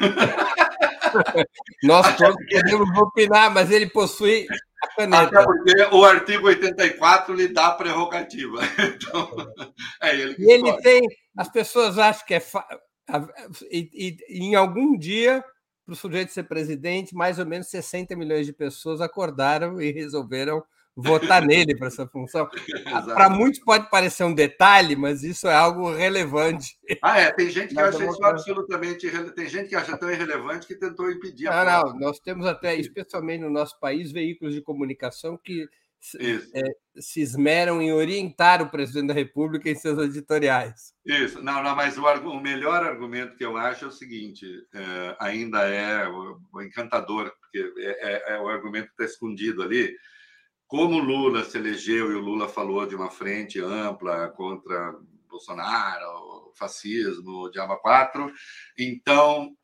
Nós todos podemos opinar, mas ele possui a caneta. Até porque o artigo oitenta e quatro lhe dá a prerrogativa. Então, é ele que E ele escolhe. tem... As pessoas acham que é... Fa... E, e, e em algum dia, para o sujeito ser presidente, mais ou menos sessenta milhões de pessoas acordaram e resolveram votar nele para essa função. Para muitos pode parecer um detalhe, mas isso é algo relevante. Ah, é. Tem gente que acha isso absolutamente... Tem gente que acha tão irrelevante que tentou impedir a Não, não. Nós temos até, especialmente no nosso país, veículos de comunicação que é, se esmeram em orientar o presidente da República em seus editoriais. Isso. Não, não, mas o, o melhor argumento que eu acho é o seguinte, é, ainda é o, o encantador, porque é, é, é o argumento que está escondido ali. Como o Lula se elegeu e o Lula falou de uma frente ampla contra Bolsonaro, fascismo, diabo quatro, então,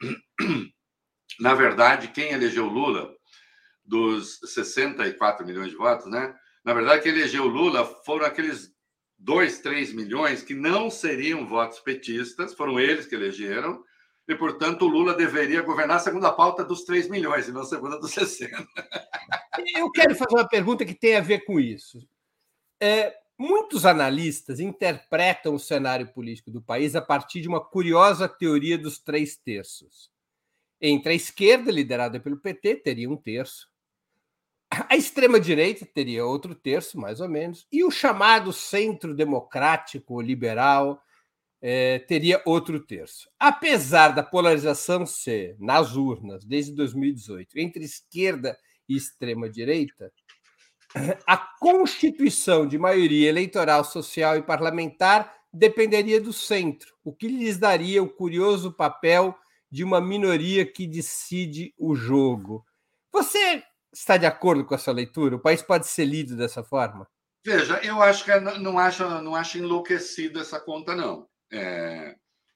na verdade, quem elegeu o Lula, dos sessenta e quatro milhões de votos, né? Na verdade, quem elegeu o Lula foram aqueles dois, três milhões que não seriam votos petistas, foram eles que elegeram, e, portanto, o Lula deveria governar segundo a pauta dos três milhões, e não segundo a dos sessenta. Eu quero fazer uma pergunta que tem a ver com isso. É, muitos analistas interpretam o cenário político do país a partir de uma curiosa teoria dos três terços. Entre a esquerda, liderada pelo P T, teria um terço. A extrema-direita teria outro terço, mais ou menos. E o chamado centro democrático ou liberal é, teria outro terço. Apesar da polarização ser, nas urnas, desde dois mil e dezoito, entre esquerda e extrema-direita, a constituição de maioria eleitoral, social e parlamentar dependeria do centro, o que lhes daria o curioso papel de uma minoria que decide o jogo. Você está de acordo com essa leitura? O país pode ser lido dessa forma? Veja, eu acho que não acho, não acho enlouquecida essa conta, não. É...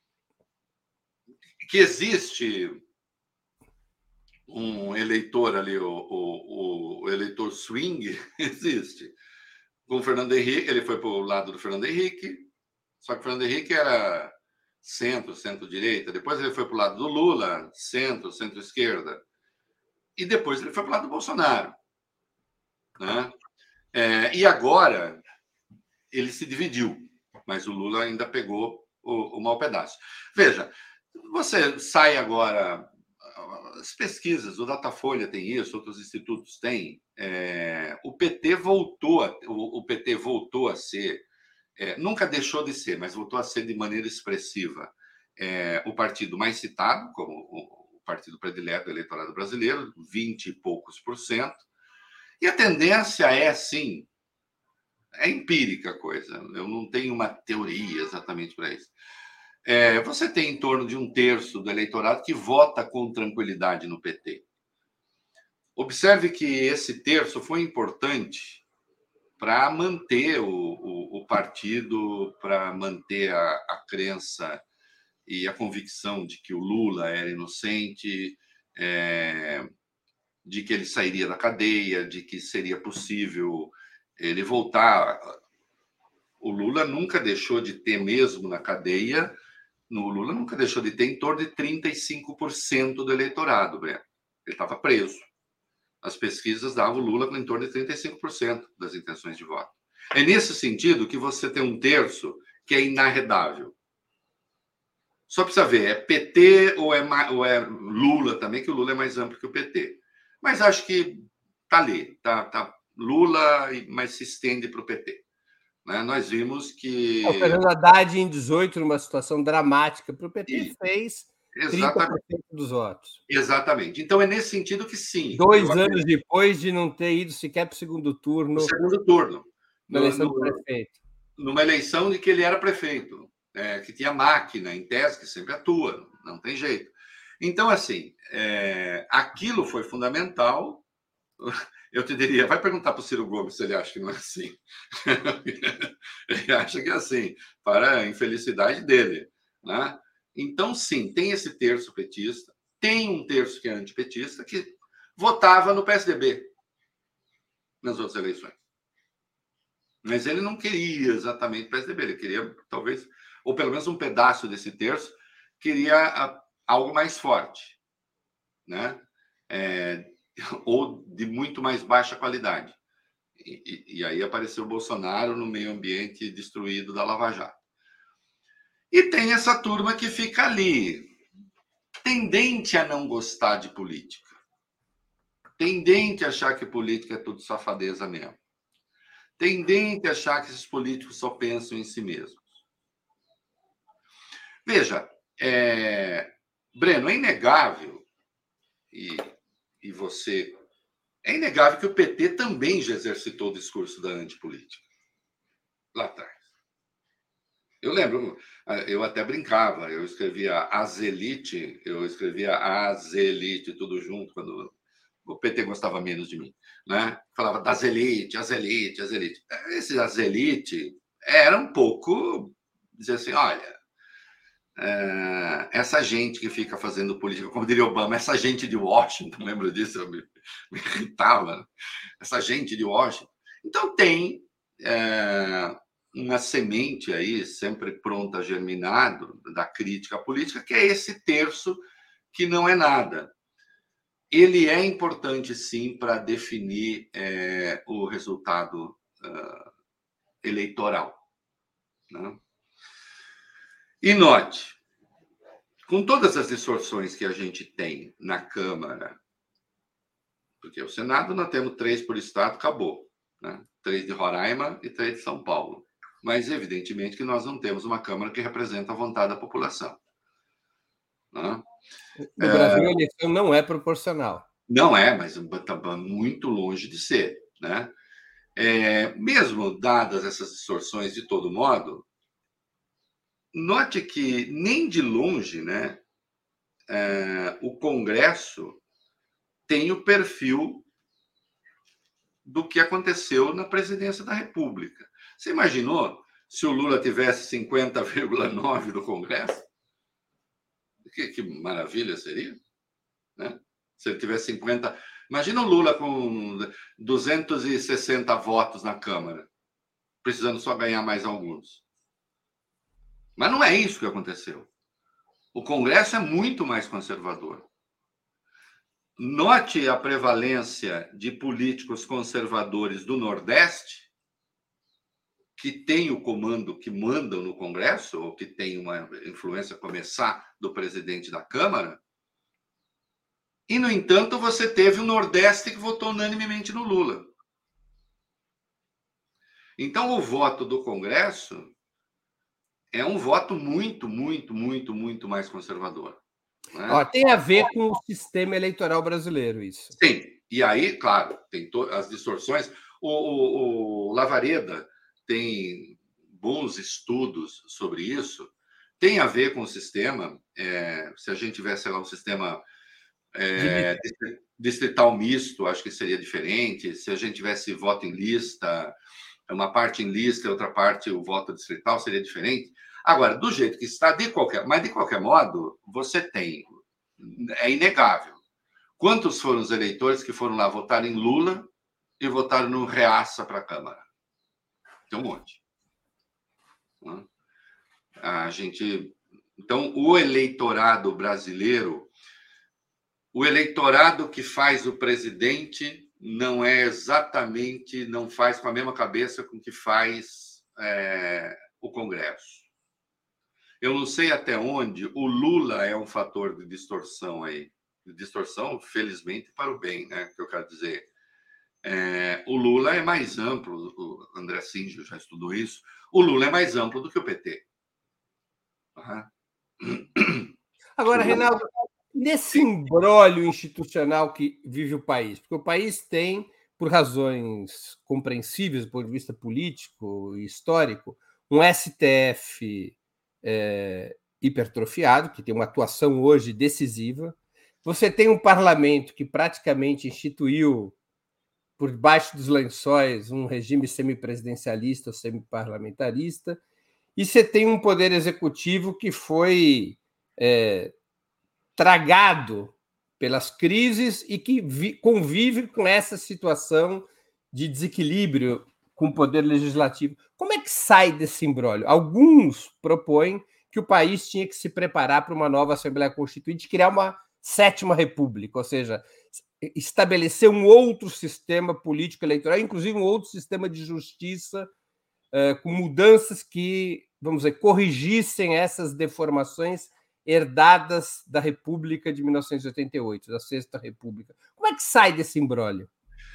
Que existe um eleitor ali, o, o, o eleitor swing, existe. Com o Fernando Henrique, ele foi para o lado do Fernando Henrique, só que o Fernando Henrique era centro, centro-direita. Depois ele foi para o lado do Lula, centro, centro-esquerda. E depois ele foi para o lado do Bolsonaro. Né? É, e agora ele se dividiu, mas o Lula ainda pegou o, o mau pedaço. Veja, você sai agora... As pesquisas, o Datafolha tem isso, outros institutos têm. É, o P T voltou, a, o, o P T voltou a ser, é, nunca deixou de ser, mas voltou a ser de maneira expressiva, é, o partido mais citado, como o, o partido predileto do eleitorado brasileiro, vinte e poucos por cento. E a tendência é, sim, é empírica a coisa. Eu não tenho uma teoria exatamente para isso. É, você tem em torno de um terço do eleitorado que vota com tranquilidade no P T. Observe que esse terço foi importante para manter o, o, o partido, para manter a, a crença e a convicção de que o Lula era inocente, é, de que ele sairia da cadeia, de que seria possível ele voltar. O Lula nunca deixou de ter, mesmo na cadeia, no Lula nunca deixou de ter em torno de trinta e cinco por cento do eleitorado, Breno. Ele estava preso. As pesquisas davam o Lula com em torno de trinta e cinco por cento das intenções de voto. É nesse sentido que você tem um terço que é inarredável. Só precisa ver, é P T ou é, ou é Lula também, que o Lula é mais amplo que o P T. Mas acho que está ali, tá, tá Lula, mas se estende para o P T. Né? Nós vimos que... O Fernando Haddad, em dezoito, numa situação dramática para o P T, e... fez trinta por cento dos votos. Exatamente. Então, é nesse sentido que sim. Dois anos acredito. depois de não ter ido sequer para o segundo turno. No segundo turno. Na no, eleição no, do prefeito. Numa eleição de que ele era prefeito, é, que tinha máquina, em tese, que sempre atua, não tem jeito. Então, assim, é, aquilo foi fundamental. Eu te diria, vai perguntar para o Ciro Gomes se ele acha que não é assim. Ele acha que é assim, para a infelicidade dele. Né? Então, sim, tem esse terço petista, tem um terço que é antipetista, que votava no P S D B nas outras eleições. Mas ele não queria exatamente o P S D B, ele queria, talvez, ou pelo menos um pedaço desse terço, queria algo mais forte, né? É, ou de muito mais baixa qualidade. E, e, e aí apareceu o Bolsonaro no meio ambiente destruído da Lava Jato. E tem essa turma que fica ali, tendente a não gostar de política, tendente a achar que política é tudo safadeza mesmo, tendente a achar que esses políticos só pensam em si mesmos. Veja, é... Breno, é inegável, e, e você... É inegável que o P T também já exercitou o discurso da antipolítica, lá atrás. Eu lembro, eu até brincava, eu escrevia Azelite, eu escrevia Azelite, tudo junto, quando o P T gostava menos de mim, né? Falava das elite, as elite, as elite. Esse as elite era um pouco dizer assim, olha, é, essa gente que fica fazendo política, como diria Obama, essa gente de Washington, lembro disso, eu me, me irritava, essa gente de Washington. Então tem é, uma semente aí, sempre pronta a germinar, da crítica política, que é esse terço que não é nada. Ele é importante, sim, para definir é, o resultado uh, eleitoral. Né? E note, com todas as distorções que a gente tem na Câmara, porque o Senado nós temos três por estado, acabou. Né? Três de Roraima e três de São Paulo. Mas, evidentemente, que nós não temos uma Câmara que representa a vontade da população. Né? No Brasil, é... a eleição não é proporcional. Não é, mas está muito longe de ser. Né? É, mesmo dadas essas distorções, de todo modo, note que nem de longe, né, é, o Congresso tem o perfil do que aconteceu na presidência da República. Você imaginou se o Lula tivesse cinquenta vírgula nove do Congresso? Que, que maravilha seria, né? Se ele tivesse cinquenta... Imagina o Lula com duzentos e sessenta votos na Câmara, precisando só ganhar mais alguns. Mas não é isso que aconteceu. O Congresso é muito mais conservador. Note a prevalência de políticos conservadores do Nordeste, que tem o comando, que mandam no Congresso, ou que tem uma influência começar do presidente da Câmara. E, no entanto, você teve o Nordeste que votou unanimemente no Lula. Então, o voto do Congresso é um voto muito, muito, muito, muito mais conservador. Né? Ó, tem a ver com o sistema eleitoral brasileiro, isso. Sim, e aí, claro, tem as distorções. O, o, o Lavareda tem bons estudos sobre isso. Tem a ver com o sistema, é, se a gente tivesse lá um sistema... É, distrital misto, acho que seria diferente. Se a gente tivesse voto em lista, uma parte em lista e outra parte o voto distrital, seria diferente. Agora, do jeito que está, de qualquer, mas de qualquer modo, você tem, é inegável. Quantos foram os eleitores que foram lá votar em Lula e votaram no Reaça para a Câmara? Tem um monte. A gente, então, o eleitorado brasileiro, o eleitorado que faz o presidente não é exatamente, não faz com a mesma cabeça com que faz é, o Congresso. Eu não sei até onde o Lula é um fator de distorção aí. De distorção, felizmente, para o bem, né? Que eu quero dizer. É, o Lula é mais amplo, o André Singel já estudou isso, o Lula é mais amplo do que o P T. Uhum. Agora, Reinaldo, nesse imbróglio institucional que vive o país, porque o país tem, por razões compreensíveis do ponto de vista político e histórico, um S T F é, hipertrofiado, que tem uma atuação hoje decisiva. Você tem um parlamento que praticamente instituiu, por baixo dos lençóis, um regime semipresidencialista ou semiparlamentarista, e você tem um poder executivo que foi é, tragado pelas crises e que vi, convive com essa situação de desequilíbrio com o poder legislativo. Como é que sai desse imbróglio? Alguns propõem que o país tinha que se preparar para uma nova Assembleia Constituinte, criar uma sétima república, ou seja, estabelecer um outro sistema político eleitoral, inclusive um outro sistema de justiça, uh, com mudanças que, vamos dizer, corrigissem essas deformações herdadas da República de mil novecentos e oitenta e oito, da Sexta República. Como é que sai desse imbróglio?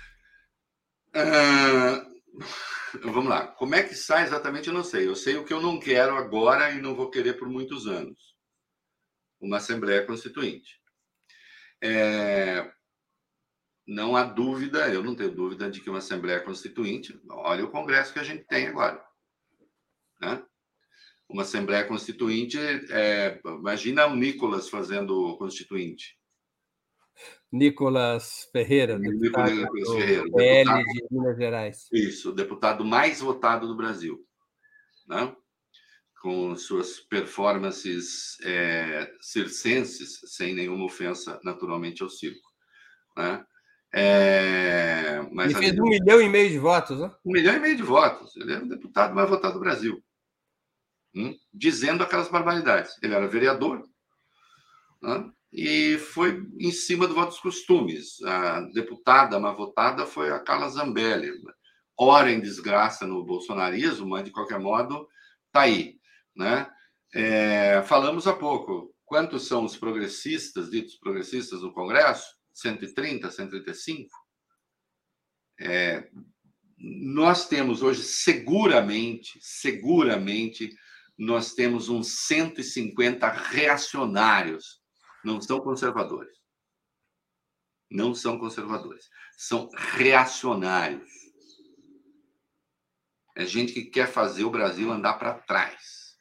Uh, vamos lá. Como é que sai exatamente, eu não sei. Eu sei o que eu não quero agora e não vou querer por muitos anos. Uma Assembleia Constituinte. É... Não há dúvida, eu não tenho dúvida de que uma Assembleia Constituinte, olha o Congresso que a gente tem agora, né? Uma Assembleia Constituinte, é, imagina o Nicolas fazendo o Constituinte. Nicolas Ferreira, deputado Nicolas do Ferreira, P L deputado, de Minas Gerais. Isso, o deputado mais votado do Brasil, né? Com suas performances é, circenses, sem nenhuma ofensa, naturalmente, ao circo, né? É, mas ele fez um milhão e meio de votos, né? Um milhão e meio de votos. Ele é o deputado mais votado do Brasil. Hum? Dizendo aquelas barbaridades. Ele era vereador, né? E foi em cima do voto dos costumes. A deputada mais votada foi a Carla Zambelli. Ora em desgraça no bolsonarismo, mas, de qualquer modo, está aí, né? É, falamos há pouco. Quantos são os progressistas, ditos progressistas, no Congresso? cento e trinta, cento e trinta e cinco? É, nós temos hoje, seguramente, seguramente, nós temos uns cento e cinquenta reacionários. Não são conservadores. Não são conservadores. São reacionários. É gente que quer fazer o Brasil andar para trás.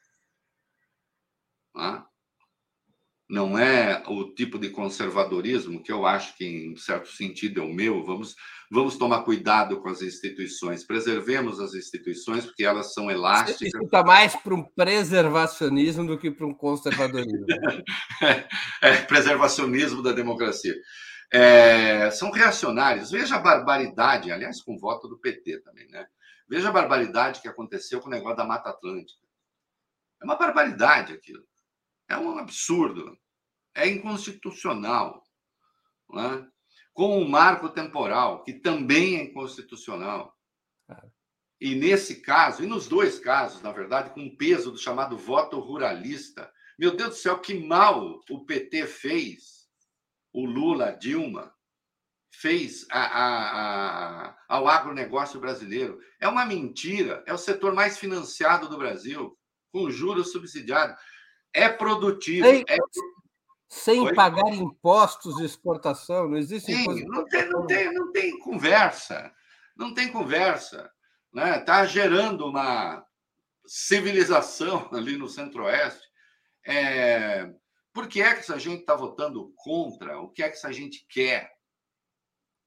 Não, não é o tipo de conservadorismo que eu acho que, em certo sentido, é o meu. Vamos, vamos tomar cuidado com as instituições. Preservemos as instituições, porque elas são elásticas. Isso está mais para um preservacionismo do que para um conservadorismo. é, é, preservacionismo da democracia. É, são reacionários. Veja a barbaridade, aliás, com o voto do P T também, né? Veja a barbaridade que aconteceu com o negócio da Mata Atlântica. É uma barbaridade aquilo. É um absurdo. É inconstitucional. Não é? Com um marco temporal, que também é inconstitucional. E nesse caso, e nos dois casos, na verdade, com o peso do chamado voto ruralista. Meu Deus do céu, que mal o P T fez, o Lula, a Dilma, fez a, a, a, ao agronegócio brasileiro. É uma mentira. É o setor mais financiado do Brasil, com juros subsidiados. É produtivo. Sem, é... sem pagar impostos de exportação. Não existe Sim, imposto de não tem, não tem, não tem conversa. Não tem conversa. Né? Tá gerando uma civilização ali no Centro-Oeste. É... Por que é que essa gente está votando contra? O que é que essa gente quer?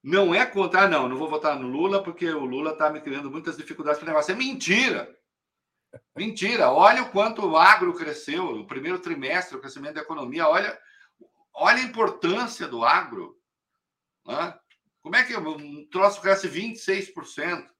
Não é contra, ah, não, não vou votar no Lula porque o Lula está me criando muitas dificuldades para o negócio. É mentira. Mentira. Olha o quanto o agro cresceu no primeiro trimestre, o crescimento da economia. Olha, olha a importância do agro. Né? Como é que um troço cresce vinte e seis por cento?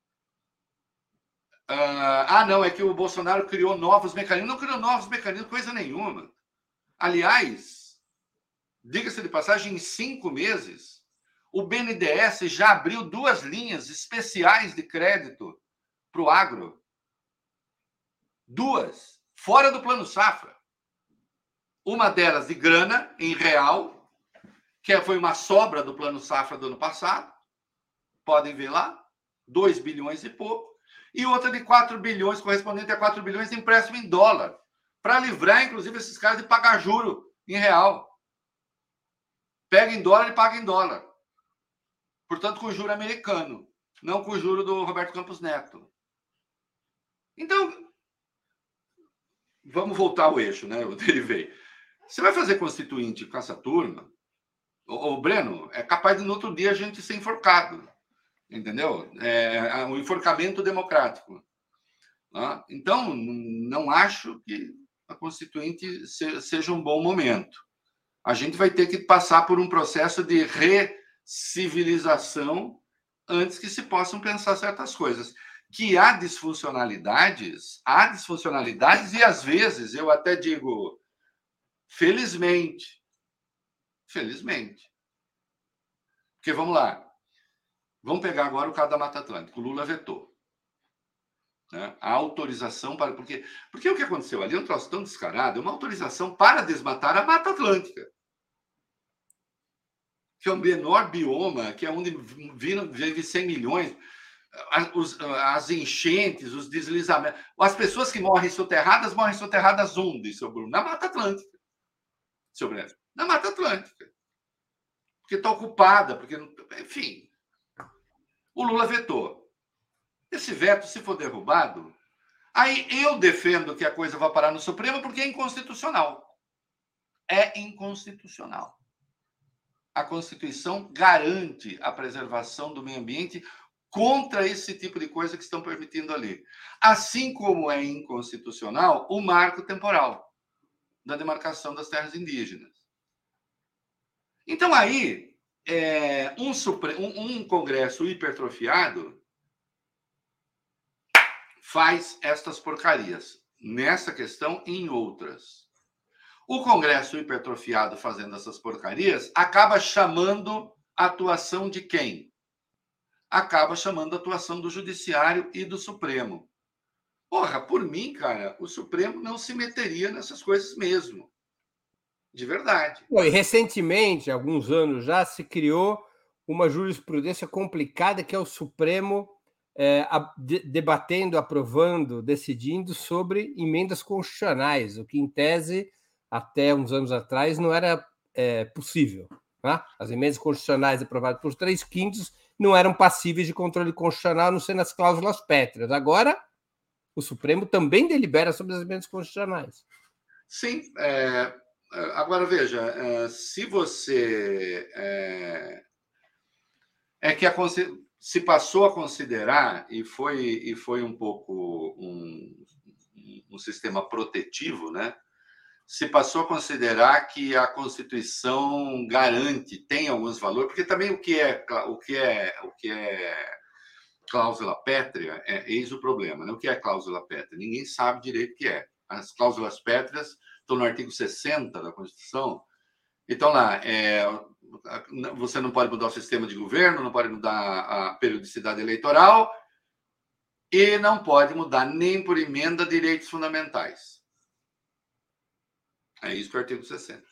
Ah, ah, não, é que o Bolsonaro criou novos mecanismos. Não criou novos mecanismos, coisa nenhuma. Aliás, diga-se de passagem, em cinco meses, o B N D E S já abriu duas linhas especiais de crédito para o agro. Duas, fora do Plano Safra. Uma delas de grana, em real, que foi uma sobra do Plano Safra do ano passado. Podem ver lá, dois bilhões e pouco. E outra de quatro bilhões, correspondente a quatro bilhões de empréstimo em dólar, para livrar, inclusive, esses caras de pagar juro em real. Pega em dólar e paga em dólar. Portanto, com juro americano, não com juro do Roberto Campos Neto. Então, vamos voltar ao eixo, né? Eu derivei. Você vai fazer constituinte com essa turma, o Breno, é capaz de no outro dia a gente ser enforcado. Entendeu? É um enforcamento democrático. Né? Então, não acho que a constituinte seja um bom momento. A gente vai ter que passar por um processo de recivilização antes que se possam pensar certas coisas. Que há disfuncionalidades, há disfuncionalidades e, às vezes, eu até digo, felizmente, felizmente. Porque, vamos lá, vamos pegar agora o caso da Mata Atlântica. O Lula vetou. Né? A autorização para... Porque, porque o que aconteceu ali é um troço tão descarado, é uma autorização para desmatar a Mata Atlântica. Que é o menor bioma, que é onde vive cem milhões, as, as enchentes, os deslizamentos. As pessoas que morrem soterradas, morrem soterradas onde, seu Bruno? Na Mata Atlântica. Seu Bruno? Na Mata Atlântica. Porque está ocupada, porque... Enfim... O Lula vetou. Esse veto, se for derrubado, aí eu defendo que a coisa vai parar no Supremo porque é inconstitucional. É inconstitucional. A Constituição garante a preservação do meio ambiente contra esse tipo de coisa que estão permitindo ali. Assim como é inconstitucional o marco temporal da demarcação das terras indígenas. Então, aí, é, um, supre... um, um Congresso hipertrofiado faz estas porcarias, nessa questão e em outras. O Congresso hipertrofiado fazendo essas porcarias acaba chamando a atuação de quem? Acaba chamando a atuação do Judiciário e do Supremo. Porra, por mim, cara, o Supremo não se meteria nessas coisas mesmo. De verdade. E recentemente, há alguns anos já, se criou uma jurisprudência complicada que é o Supremo é, a, de, debatendo, aprovando, decidindo sobre emendas constitucionais, o que, em tese, até uns anos atrás, não era é, possível. Né? As emendas constitucionais aprovadas por três quintos não eram passíveis de controle constitucional, a não ser nas cláusulas pétreas. Agora, o Supremo também delibera sobre as emendas constitucionais. Sim, é... Agora, veja, se você... É, é que a, se passou a considerar, e foi, e foi um pouco um, um sistema protetivo, né? Se passou a considerar que a Constituição garante, tem alguns valores, porque também o que é, o que é, o que é cláusula pétrea é eis o problema, né? O que é cláusula pétrea? Ninguém sabe direito o que é. As cláusulas pétreas estão no artigo sessenta da Constituição. Então, lá, é, você não pode mudar o sistema de governo, não pode mudar a periodicidade eleitoral e não pode mudar nem por emenda direitos fundamentais. É isso que é o artigo sessenta.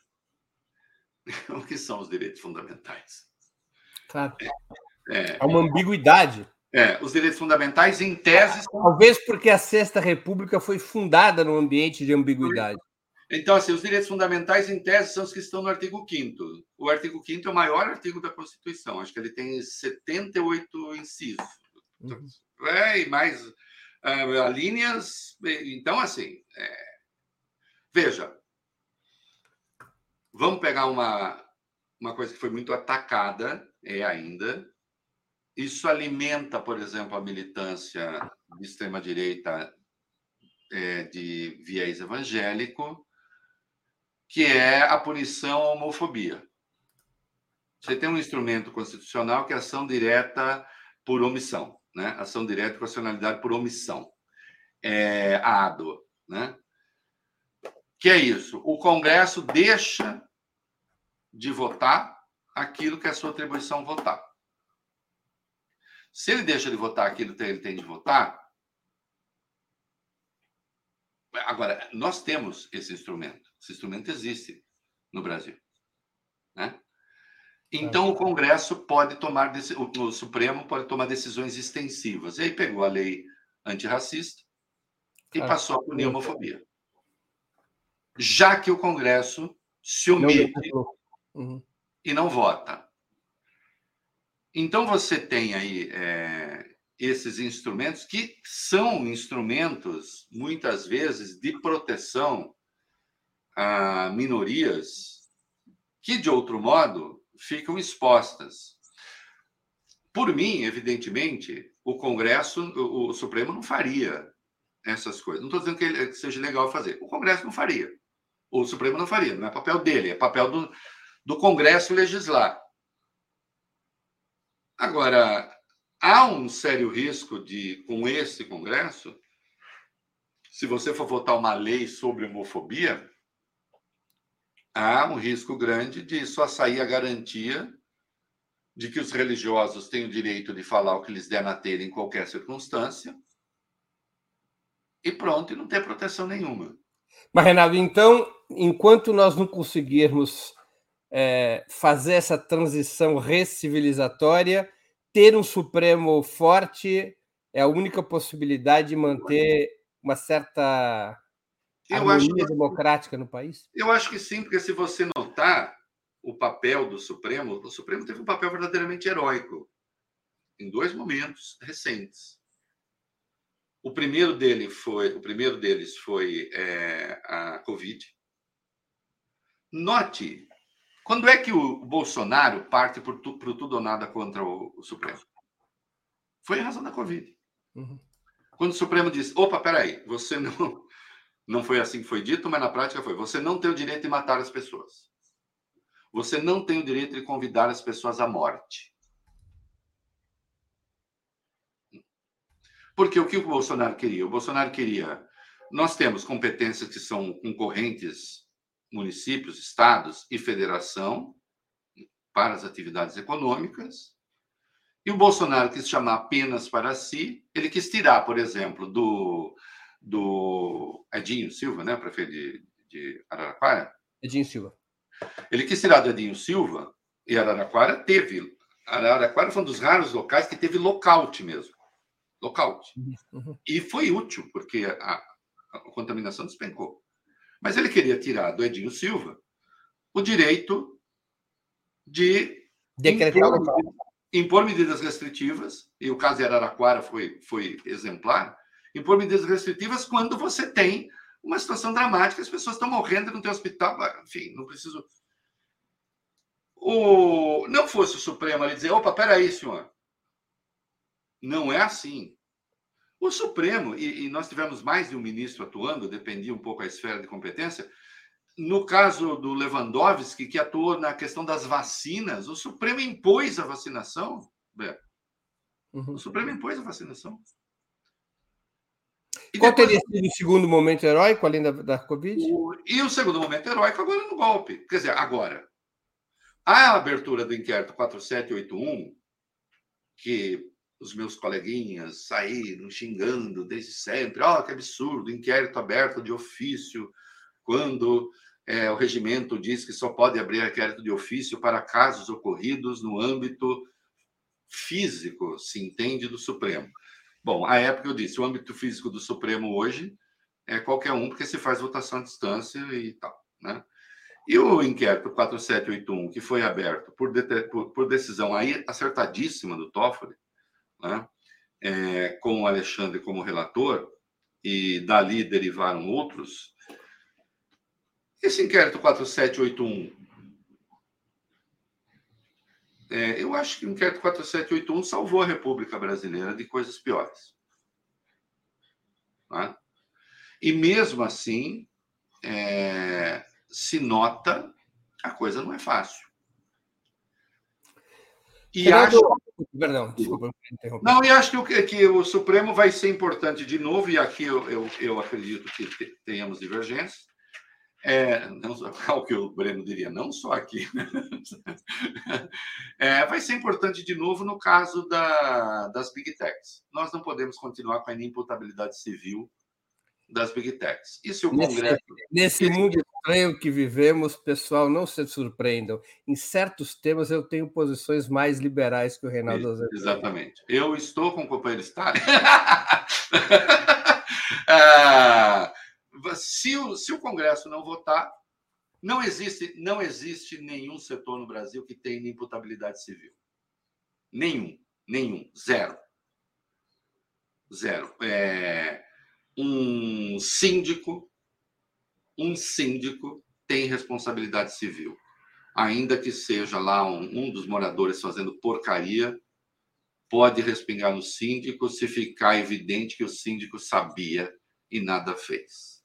O que são os direitos fundamentais? Claro. É, Há uma ambiguidade. É, os direitos fundamentais, em tese... São... Talvez porque a Sexta República foi fundada num ambiente de ambiguidade. Então, assim, os direitos fundamentais, em tese, são os que estão no artigo quinto. O artigo quinto é o maior artigo da Constituição. Acho que ele tem setenta e oito incisos. Uhum. É, e mais uh, linhas. Então, assim, é... veja, vamos pegar uma, uma coisa que foi muito atacada, é ainda. Isso alimenta, por exemplo, a militância de extrema-direita é, de viés evangélico, que é a punição à homofobia. Você tem um instrumento constitucional que é ação direta por omissão, né? Ação direta e constitucionalidade por omissão. É a ADO, né? Que é isso. O Congresso deixa de votar aquilo que é a sua atribuição votar. Se ele deixa de votar aquilo que ele tem de votar... Agora, nós temos esse instrumento. Esse instrumento existe no Brasil, né? Então, o Congresso pode tomar... O Supremo pode tomar decisões extensivas. E aí pegou a lei antirracista e passou a punir a homofobia. Já que o Congresso se omite uhum. e não vota. Então, você tem aí é, esses instrumentos que são instrumentos, muitas vezes, de proteção a minorias que, de outro modo, ficam expostas. Por mim, evidentemente, o Congresso, o, o Supremo não faria essas coisas. Não estou dizendo que, ele, que seja legal fazer. O Congresso não faria. O Supremo não faria. Não é papel dele, é papel do, do Congresso legislar. Agora, há um sério risco de, com esse Congresso, se você for votar uma lei sobre homofobia, há um risco grande de só sair a garantia de que os religiosos têm o direito de falar o que lhes der na telha em qualquer circunstância, e pronto, e não ter proteção nenhuma. Mas, Renato, então, enquanto nós não conseguirmos é, fazer essa transição recivilizatória, ter um Supremo forte é a única possibilidade de manter uma certa eu harmonia acho, democrática no país? Eu acho que sim, porque se você notar o papel do Supremo, o Supremo teve um papel verdadeiramente heróico em dois momentos recentes. O primeiro dele foi, o primeiro deles foi é, a Covid. Note, quando é que o Bolsonaro parte por, tu, por tudo ou nada contra o, o Supremo? Foi em razão da Covid. Uhum. Quando o Supremo disse, opa, peraí, você não, não foi assim que foi dito, mas na prática foi, você não tem o direito de matar as pessoas. Você não tem o direito de convidar as pessoas à morte. Porque o que o Bolsonaro queria? O Bolsonaro queria... Nós temos competências que são concorrentes, municípios, estados e federação, para as atividades econômicas. E o Bolsonaro quis chamar apenas para si. Ele quis tirar, por exemplo, do, do Edinho Silva, né, prefeito de, de Araraquara. Edinho Silva. Ele quis tirar do Edinho Silva, e Araraquara teve... Araraquara foi um dos raros locais que teve lockout mesmo. Lockout. Uhum. E foi útil, porque a, a contaminação despencou. Mas ele queria tirar do Edinho Silva o direito de impor, impor medidas restritivas, e o caso de Araraquara foi, foi exemplar, impor medidas restritivas quando você tem uma situação dramática, as pessoas estão morrendo, não tem hospital, enfim, não preciso... O... Não fosse o Supremo ali dizer, opa, peraí, senhor. Não é assim. O Supremo, e, e nós tivemos mais de um ministro atuando, dependia um pouco da esfera de competência. No caso do Lewandowski, que atuou na questão das vacinas, o Supremo impôs a vacinação. Uhum. O Supremo impôs a vacinação. E qual depois, teria sido o segundo momento heróico, além da, da Covid? O, e o segundo momento heróico agora no golpe. Quer dizer, agora, a abertura do inquérito quatro sete oito um, que os meus coleguinhas saíram xingando desde sempre, ó, oh, que absurdo, inquérito aberto de ofício, quando é, o regimento diz que só pode abrir inquérito de ofício para casos ocorridos no âmbito físico, se entende, do Supremo. Bom, à época eu disse, o âmbito físico do Supremo hoje é qualquer um, porque se faz votação à distância e tal, né? E o inquérito quatro sete oito um, que foi aberto por, de, por, por decisão aí acertadíssima do Toffoli, né? É, com o Alexandre como relator, e dali derivaram outros. Esse inquérito quatro sete oito um É, eu acho que o inquérito quatro sete oito um salvou a República Brasileira de coisas piores. Né? E mesmo assim, é, se nota, a coisa não é fácil. E Fernando, acho... perdão, desculpa, me interromper. Não, e acho que o, que o Supremo vai ser importante de novo, e aqui eu, eu, eu acredito que tenhamos divergências. É, não só o que o Breno diria, não só aqui. É, vai ser importante de novo no caso da, das Big Techs. Nós não podemos continuar com a inimputabilidade civil das Big Techs. E se o Congresso... Nesse, nesse mundo estranho que vivemos, pessoal, não se surpreendam. Em certos temas eu tenho posições mais liberais que o Reinaldo Azevedo. Exatamente. Eu estou com o companheiro Stalin. ah, se, o, se o Congresso não votar, não existe, não existe nenhum setor no Brasil que tenha inimputabilidade civil. Nenhum. Nenhum. Zero. Zero. É, um síndico, um síndico tem responsabilidade civil. Ainda que seja lá um, um dos moradores fazendo porcaria, pode respingar no síndico se ficar evidente que o síndico sabia e nada fez.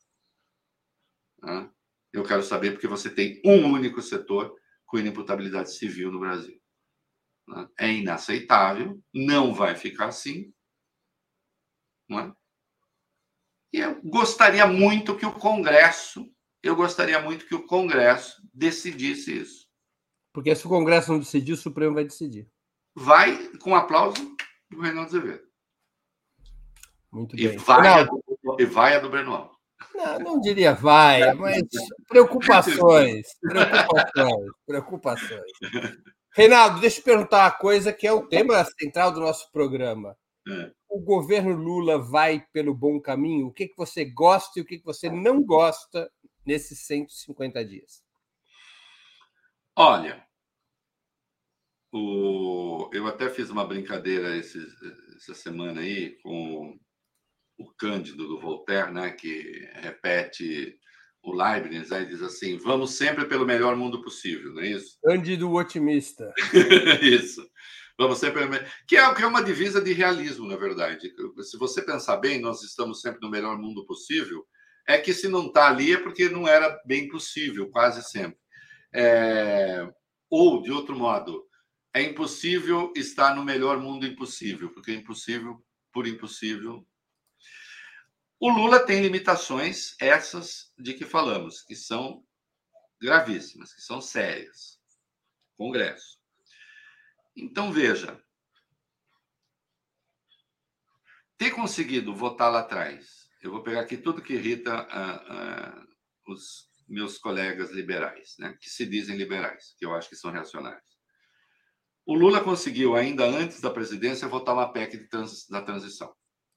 Eu quero saber porque você tem um único setor com inimputabilidade civil no Brasil. É inaceitável, não vai ficar assim. Não é? E eu gostaria muito que o Congresso, eu gostaria muito que o Congresso decidisse isso. Porque se o Congresso não decidir, o Supremo vai decidir. Vai com aplauso do Reinaldo Azevedo. Muito e bem. Vai a do, e vai a do Breno Alves. Não, não diria vai, mas preocupações, preocupações, preocupações. Reinaldo, deixa eu perguntar uma coisa que é o tema central do nosso programa. É. O governo Lula vai pelo bom caminho? O que, que você gosta e o que, que você não gosta nesses cento e cinquenta dias? Olha, o... eu até fiz uma brincadeira esses, essa semana aí com o Cândido do Voltaire, né, que repete o Leibniz, aí diz assim, vamos sempre pelo melhor mundo possível, não é isso? Cândido otimista. Isso. Vamos sempre... Que é, que é uma divisa de realismo, na verdade. Se você pensar bem, nós estamos sempre no melhor mundo possível, é que se não está ali é porque não era bem possível, quase sempre. É... Ou, de outro modo, é impossível estar no melhor mundo impossível, porque é impossível por impossível. O Lula tem limitações, essas de que falamos, que são gravíssimas, que são sérias. Congresso. Então, veja, ter conseguido votar lá atrás, eu vou pegar aqui tudo que irrita uh, uh, os meus colegas liberais, né, que se dizem liberais, que eu acho que são reacionários. O Lula conseguiu, ainda antes da presidência, votar uma P E C de trans, da transição.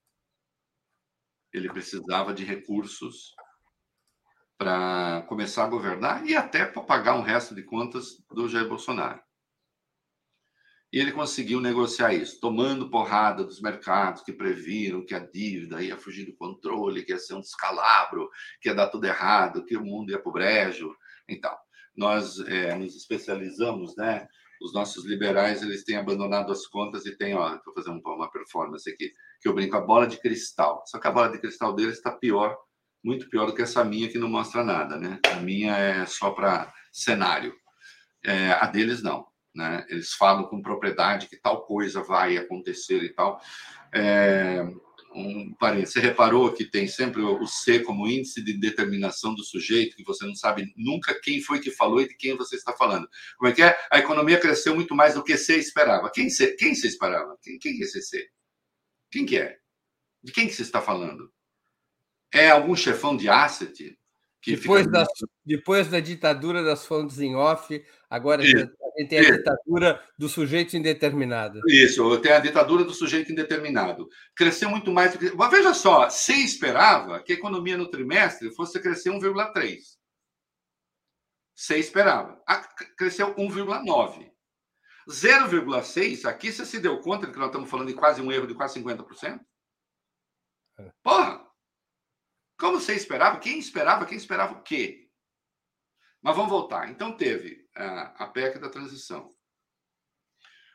Ele precisava de recursos para começar a governar e até para pagar um resto de contas do Jair Bolsonaro. E ele conseguiu negociar isso, tomando porrada dos mercados que previram que a dívida ia fugir do controle, que ia ser um descalabro, que ia dar tudo errado, que o mundo ia para o brejo. Então, nós é, nos especializamos, né? Os nossos liberais, eles têm abandonado as contas e têm, ó, vou fazer uma performance aqui, que eu brinco, a bola de cristal. Só que a bola de cristal deles está pior, muito pior do que essa minha que não mostra nada, né? A minha é só para cenário. É, a deles não. Né? Eles falam com propriedade que tal coisa vai acontecer e tal. É, um, você reparou que tem sempre o C como índice de determinação do sujeito, que você não sabe nunca quem foi que falou e de quem você está falando. Como é que é? A economia cresceu muito mais do que C esperava. Quem C, quem você esperava? Quem, quem é esse C? Quem que é? De quem que você está falando? É algum chefão de asset? Que depois, fica... das, depois da ditadura das fontes em off, agora já tem a Isso. ditadura do sujeito indeterminado. Isso, tem a ditadura do sujeito indeterminado. Cresceu muito mais do que... Mas veja só, se esperava que a economia no trimestre fosse crescer um vírgula três. Se esperava. Cresceu um vírgula nove. zero vírgula seis, aqui você se deu conta de que nós estamos falando de quase um erro de quase cinquenta por cento? Porra! Como você esperava? Quem esperava? Quem esperava o quê? Mas vamos voltar. Então, teve a, a P E C da transição.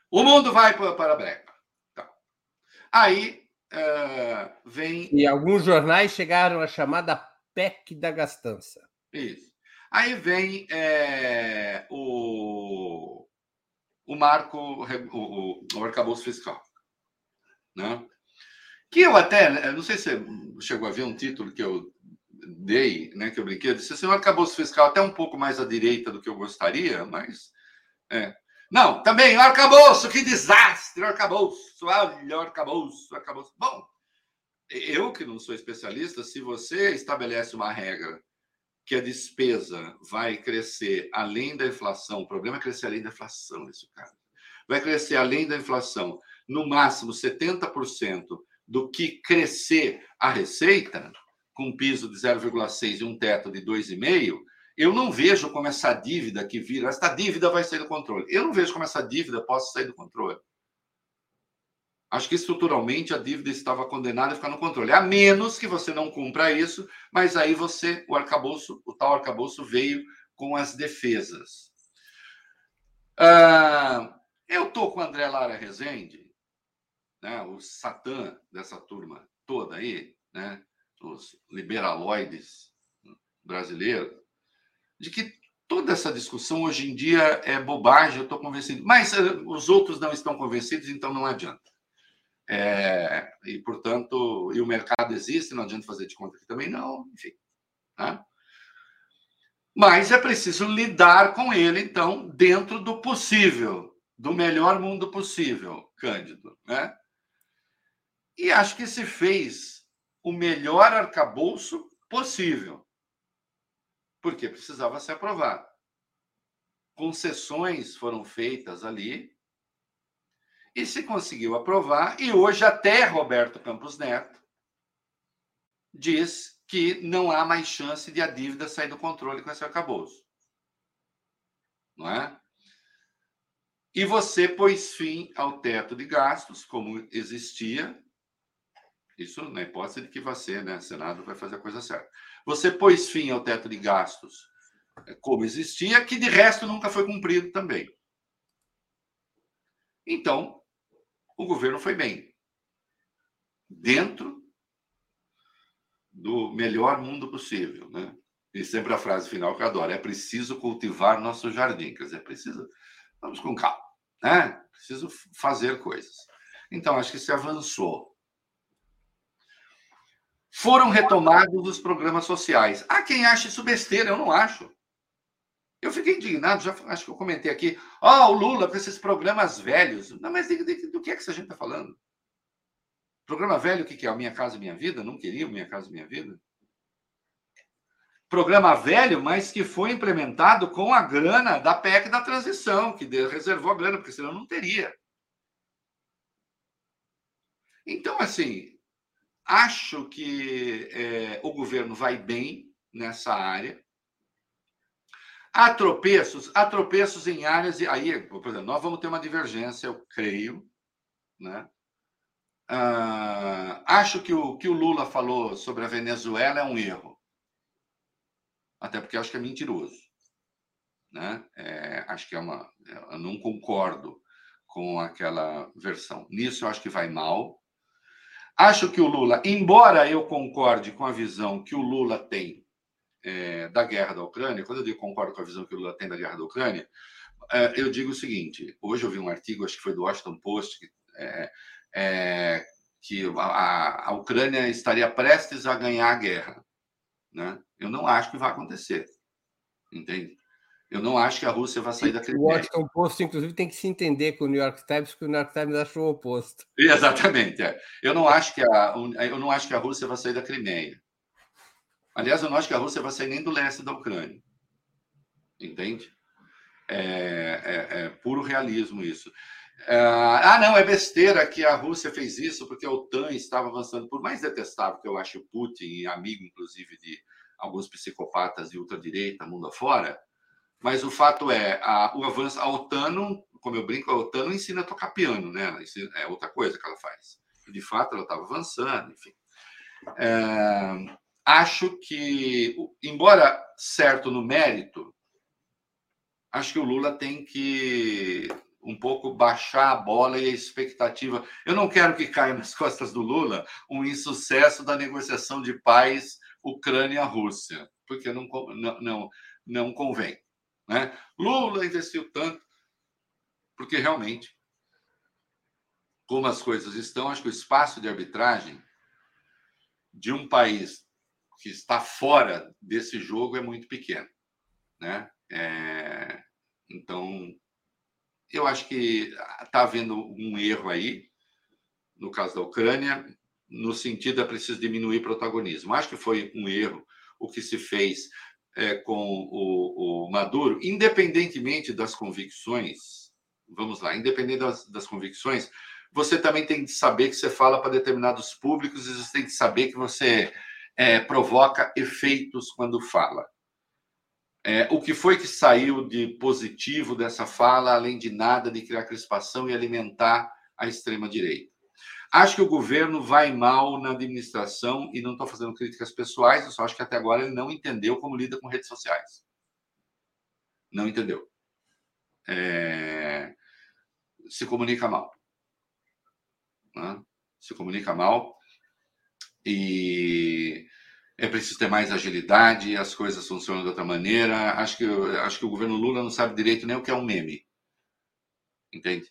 O mundo vai para a breca. Tá. Aí uh, vem... E alguns jornais chegaram a chamar da P E C da gastança. Isso. Aí vem é, o, o marco, o, o arcabouço fiscal. Né? Que eu até, não sei se você chegou a ver um título que eu dei, né, que eu brinquei, eu disse assim, o arcabouço fiscal até um pouco mais à direita do que eu gostaria, mas... É. Não, também, o arcabouço, que desastre, o arcabouço, olha o arcabouço, o arcabouço. Bom, eu que não sou especialista, se você estabelece uma regra que a despesa vai crescer além da inflação, o problema é crescer além da inflação nesse caso, vai crescer além da inflação, no máximo setenta por cento do que crescer a receita, com um piso de zero vírgula seis e um teto de dois vírgula cinco, eu não vejo como essa dívida que vira, essa dívida vai sair do controle. Eu não vejo como essa dívida possa sair do controle. Acho que estruturalmente a dívida estava condenada a ficar no controle, a menos que você não cumpra isso, mas aí você, o arcabouço, o tal arcabouço veio com as defesas. Ah, eu estou com o André Lara Rezende, né, o satã dessa turma toda aí, né, os liberaloides brasileiros, de que toda essa discussão hoje em dia é bobagem, eu estou convencido. Mas uh, os outros não estão convencidos, então não adianta. É, e, portanto, e o mercado existe, não adianta fazer de conta que também não, enfim. Né? Mas é preciso lidar com ele, então, dentro do possível, do melhor mundo possível, Cândido. Né? E acho que se fez o melhor arcabouço possível, porque precisava ser aprovado. Concessões foram feitas ali e se conseguiu aprovar, e hoje até Roberto Campos Neto diz que não há mais chance de a dívida sair do controle com esse arcabouço. Não é? E você pôs fim ao teto de gastos, como existia, isso na hipótese de que você, né, o Senado vai fazer a coisa certa. Você pôs fim ao teto de gastos, como existia, que de resto nunca foi cumprido também. Então, o governo foi bem. Dentro do melhor mundo possível, né? E sempre a frase final que eu adoro, é preciso cultivar nosso jardim. Quer dizer, é preciso... Vamos com calma, né? Preciso fazer coisas. Então, acho que se avançou. Foram retomados os programas sociais. Há quem ache isso besteira, eu não acho. Eu fiquei indignado, já acho que eu comentei aqui. Ó, oh, o Lula com esses programas velhos. Não, mas de, de, do que é que essa gente está falando? Programa velho, o que é? O Minha Casa Minha Vida? Não queria o Minha Casa Minha Vida? Programa velho, mas que foi implementado com a grana da P E C da transição, que reservou a grana, porque senão não teria. Então, assim, acho que é, o governo vai bem nessa área. Há tropeços, há tropeços em áreas... E aí, por exemplo, nós vamos ter uma divergência, eu creio, né? Ah, acho que o que o Lula falou sobre a Venezuela é um erro. Até porque acho que é mentiroso. Né? É, acho que é uma... Eu não concordo com aquela versão. Nisso eu acho que vai mal. Acho que o Lula, embora eu concorde com a visão que o Lula tem é, da guerra da Ucrânia, quando eu digo concordo com a visão que o Lula tem da guerra da Ucrânia, é, eu digo o seguinte, hoje eu vi um artigo, acho que foi do Washington Post, que, é, é, que a, a Ucrânia estaria prestes a ganhar a guerra. Né? Eu não acho que vai acontecer. Entende? Eu não acho que a Rússia vai sair da Crimeia. O Washington Post, inclusive, tem que se entender com o New York Times, porque o New York Times achou o oposto. Exatamente. É. Eu, não acho que a, eu não acho que a Rússia vai sair da Crimeia. Aliás, eu não acho que a Rússia vai sair nem do leste da Ucrânia. Entende? É, é, é puro realismo isso. É, ah, não, é besteira que a Rússia fez isso porque a OTAN estava avançando. Por mais detestável que eu acho o Putin, amigo, inclusive, de alguns psicopatas de ultradireita, mundo afora, mas o fato é, a, o avanço, a OTAN, não, como eu brinco, a OTAN não ensina a tocar piano, né? Ensina, é outra coisa que ela faz. De fato, ela estava avançando, enfim. É, acho que, embora certo no mérito, acho que o Lula tem que... um pouco baixar a bola e a expectativa. Eu não quero que caia nas costas do Lula um insucesso da negociação de paz Ucrânia-Rússia, porque não, não, não, não convém. Né? Lula investiu tanto, porque realmente, como as coisas estão, acho que o espaço de arbitragem de um país que está fora desse jogo é muito pequeno. Né? É... Então, eu acho que está havendo um erro aí, no caso da Ucrânia, no sentido é preciso diminuir protagonismo. Acho que foi um erro o que se fez é, com o, o Maduro, independentemente das convicções. Vamos lá, independente das, das convicções, você também tem que saber que você fala para determinados públicos e você tem que saber que você é, provoca efeitos quando fala. É, o que foi que saiu de positivo dessa fala, além de nada, de criar crispação e alimentar a extrema-direita? Acho que o governo vai mal na administração, e não estou fazendo críticas pessoais, eu só acho que até agora ele não entendeu como lida com redes sociais. Não entendeu. É... Se comunica mal. Né? Se comunica mal e... é preciso ter mais agilidade, as coisas funcionam de outra maneira. Acho que, acho que o governo Lula não sabe direito nem o que é um meme. Entende?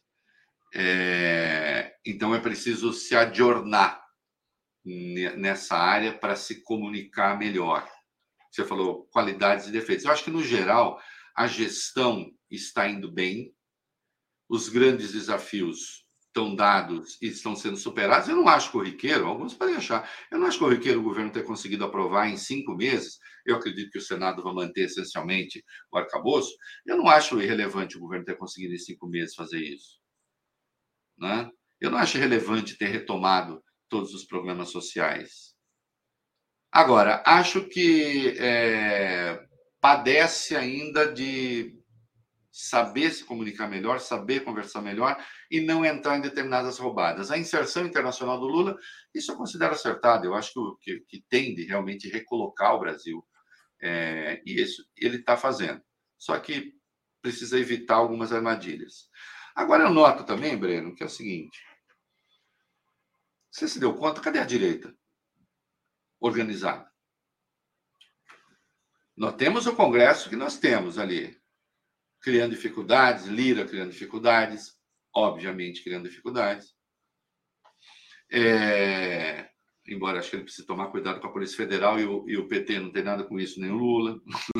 É, então é preciso se adornar nessa área para se comunicar melhor. Você falou qualidades e defeitos. Eu acho que, no geral, a gestão está indo bem, os grandes desafios estão dados e estão sendo superados. Eu não acho corriqueiro, alguns podem achar, eu não acho corriqueiro o governo ter conseguido aprovar em cinco meses, eu acredito que o Senado vai manter essencialmente o arcabouço, eu não acho irrelevante o governo ter conseguido em cinco meses fazer isso. Né? Eu não acho relevante ter retomado todos os programas sociais. Agora, acho que é, padece ainda de saber se comunicar melhor, saber conversar melhor e não entrar em determinadas roubadas. A inserção internacional do Lula, isso eu considero acertado. Eu acho que, que, que tende realmente a recolocar o Brasil. É, e isso ele está fazendo. Só que precisa evitar algumas armadilhas. Agora, eu noto também, Breno, que é o seguinte. Você se deu conta? Cadê a direita organizada? Nós temos o Congresso que nós temos ali, criando dificuldades, Lira criando dificuldades, obviamente criando dificuldades. É, embora acho que ele precise tomar cuidado com a Polícia Federal e o, e o P T não tem nada com isso, nem o Lula.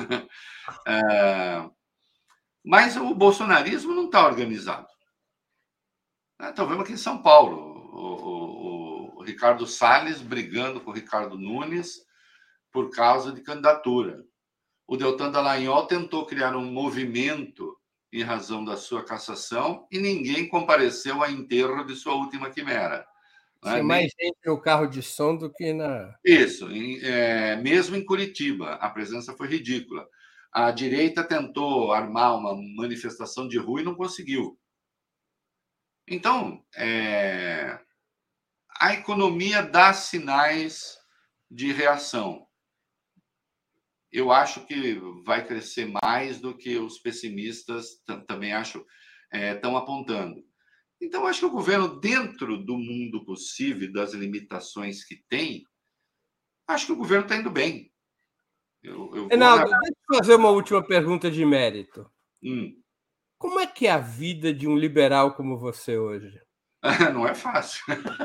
É, mas o bolsonarismo não está organizado. Estão vendo aqui em São Paulo, o, o, o Ricardo Salles brigando com o Ricardo Nunes por causa de candidatura. O Deltan Dallagnol tentou criar um movimento em razão da sua cassação e ninguém compareceu ao enterro de sua última quimera. Tinha né? mais Nem... gente no carro de som do que na... Isso, em, é, mesmo em Curitiba, a presença foi ridícula. A direita tentou armar uma manifestação de rua e não conseguiu. Então, é, a economia dá sinais de reação. Eu acho que vai crescer mais do que os pessimistas também acho estão é, apontando. Então, acho que o governo, dentro do mundo possível, das limitações que tem, acho que o governo está indo bem. Eu, eu Reinaldo, vou... deixa eu fazer uma última pergunta de mérito. Hum. Como é que é a vida de um liberal como você hoje? Não é fácil.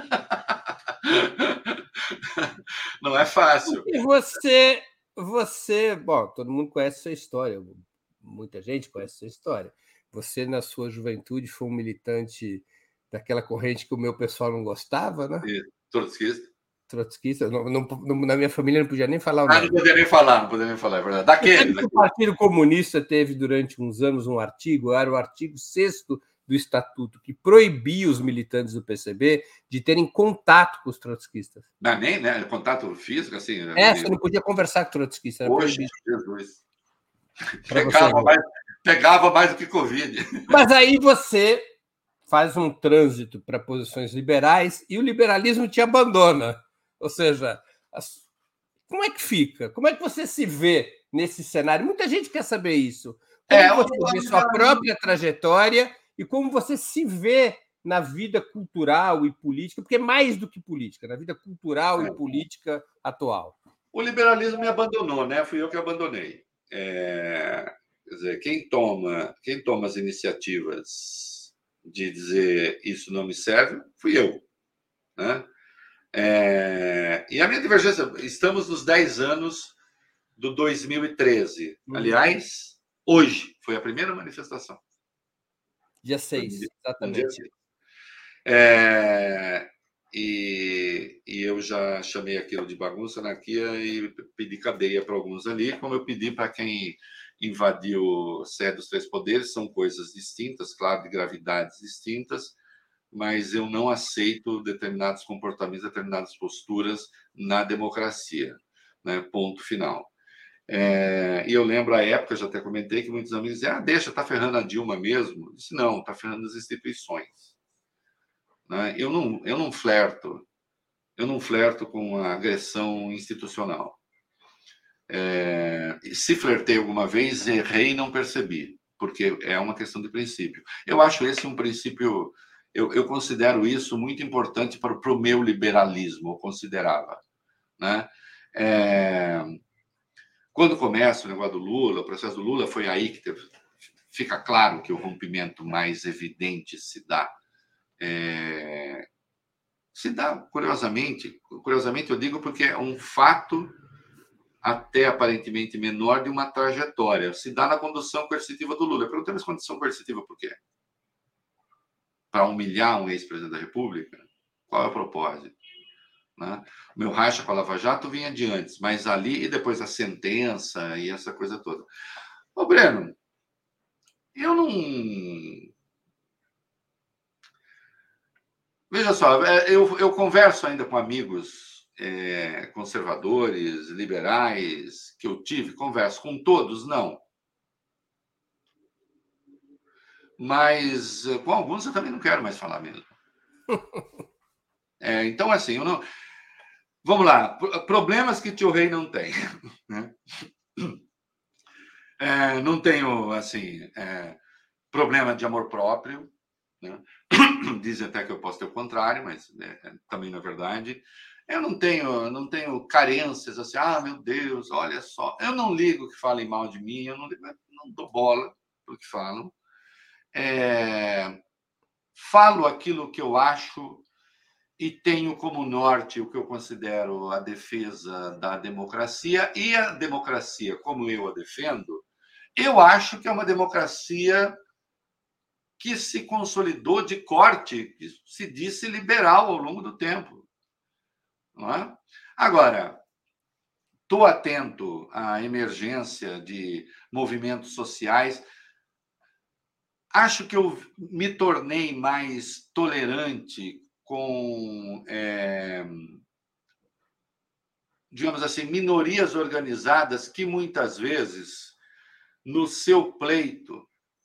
Não é fácil. Porque você... Você, bom, todo mundo conhece sua história, muita gente conhece sua história. Você, na sua juventude, foi um militante daquela corrente que o meu pessoal não gostava, né? Trotskista. Trotskista. Não, não, na minha família não podia nem falar o nome. Ah, não podia nem falar, não podia nem falar, é verdade. Daquele. daquele. O Partido Comunista teve, durante uns anos, um artigo, era o artigo sexto do Estatuto, que proibia os militantes do P C B de terem contato com os trotskistas. Não, nem, né? Contato físico, assim. É, você não podia conversar com trotskista. Era Poxa, Jesus. Pegava mais, pegava mais do que Covid. Mas aí você faz um trânsito para posições liberais e o liberalismo te abandona. Ou seja, as... como é que fica? Como é que você se vê nesse cenário? Muita gente quer saber isso. Como é, você vê sua própria trajetória e como você se vê na vida cultural e política, porque é mais do que política, na vida cultural é. e política atual. O liberalismo me abandonou, né? Fui eu que abandonei. É... Quer dizer, quem toma, quem toma as iniciativas de dizer isso não me serve, fui eu, né? É... E a minha divergência, estamos nos dez anos do dois mil e treze. Uhum. Aliás, hoje foi a primeira manifestação. Dia seis, exatamente. Dia seis. É... E, e eu já chamei aquilo de bagunça, anarquia e pedi cadeia para alguns ali, como eu pedi para quem invadiu a sede dos três poderes. São coisas distintas, claro, de gravidades distintas, mas eu não aceito determinados comportamentos, determinadas posturas na democracia, né? Ponto final. É, e eu lembro a época, já até comentei, que muitos amigos diziam, ah, deixa, está ferrando a Dilma mesmo. Eu disse, não, está ferrando as instituições. Né? Eu não, eu não flerto, eu não flerto com a agressão institucional. É, se flertei alguma vez, errei e não percebi, porque é uma questão de princípio. Eu acho esse um princípio, eu, eu considero isso muito importante para, para o meu liberalismo, eu considerava. Né? É, quando começa o negócio do Lula, o processo do Lula, foi aí que teve, fica claro que o rompimento mais evidente se dá. É, se dá, curiosamente, curiosamente eu digo porque é um fato até aparentemente menor de uma trajetória. Se dá na condução coercitiva do Lula. Eu perguntei, mas condução coercitiva por quê? Para humilhar um ex-presidente da República? Qual é o propósito? Né? O meu racha com a Lava Jato vinha de antes, mas ali e depois a sentença e essa coisa toda. Ô, Breno, eu não... Veja só, eu, eu converso ainda com amigos é, conservadores, liberais, que eu tive, converso com todos, não. Mas com alguns eu também não quero mais falar mesmo. É, então, assim, eu não... Vamos lá, problemas que tio Rei não tem. Né? É, não tenho, assim, é, problema de amor próprio, né? Dizem até que eu posso ter o contrário, mas é, também não é verdade. Eu não tenho, não tenho carências assim, ah, meu Deus, olha só. Eu não ligo que falem mal de mim, eu não, não dou bola para o que falam. É, falo aquilo que eu acho e tenho como norte o que eu considero a defesa da democracia. E a democracia, como eu a defendo, eu acho que é uma democracia que se consolidou de corte, que se disse liberal ao longo do tempo. Não é? Agora, estou atento à emergência de movimentos sociais. Acho que eu me tornei mais tolerante com, é, digamos assim, minorias organizadas que muitas vezes, no seu pleito,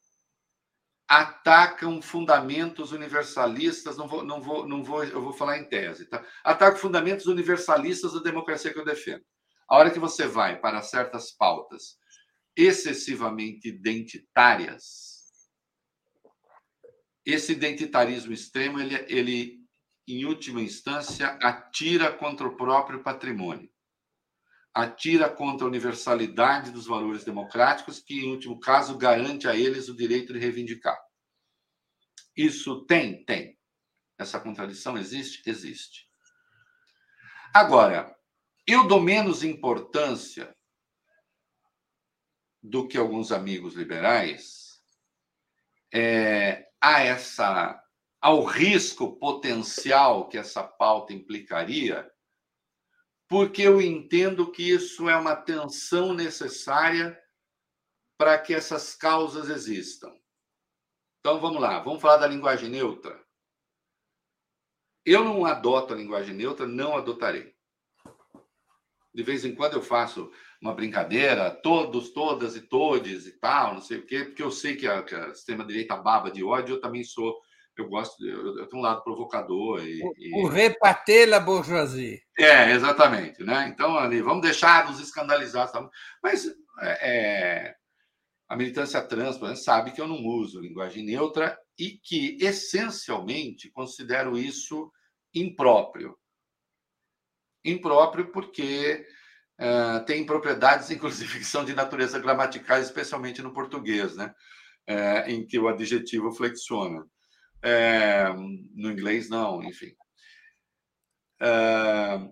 atacam fundamentos universalistas, não vou, não vou, não vou, eu vou falar em tese, tá? Atacam fundamentos universalistas da democracia que eu defendo. A hora que você vai para certas pautas excessivamente identitárias, esse identitarismo extremo, ele, ele, em última instância, atira contra o próprio patrimônio, atira contra a universalidade dos valores democráticos, que, em último caso, garante a eles o direito de reivindicar. Isso tem? Tem. Essa contradição existe? Existe. Agora, eu dou menos importância do que alguns amigos liberais é, a essa, ao risco potencial que essa pauta implicaria, porque eu entendo que isso é uma tensão necessária para que essas causas existam. Então, vamos lá, vamos falar da linguagem neutra. Eu não adoto a linguagem neutra, não adotarei. De vez em quando eu faço uma brincadeira, todos, todas e todes e tal, não sei o quê, porque eu sei que a, que a extrema-direita baba de ódio, eu também sou, eu gosto, eu, eu tenho um lado provocador. E, o, e... o repartir la bourgeoisie. É, exatamente. Né? Então, ali, vamos deixar os escandalizados. Mas é, a militância trans, por exemplo, sabe que eu não uso linguagem neutra e que, essencialmente, considero isso impróprio. Impróprio porque uh, tem propriedades, inclusive, que são de natureza gramatical, especialmente no português, né? É, em que o adjetivo flexiona. É, no inglês, não, enfim. É,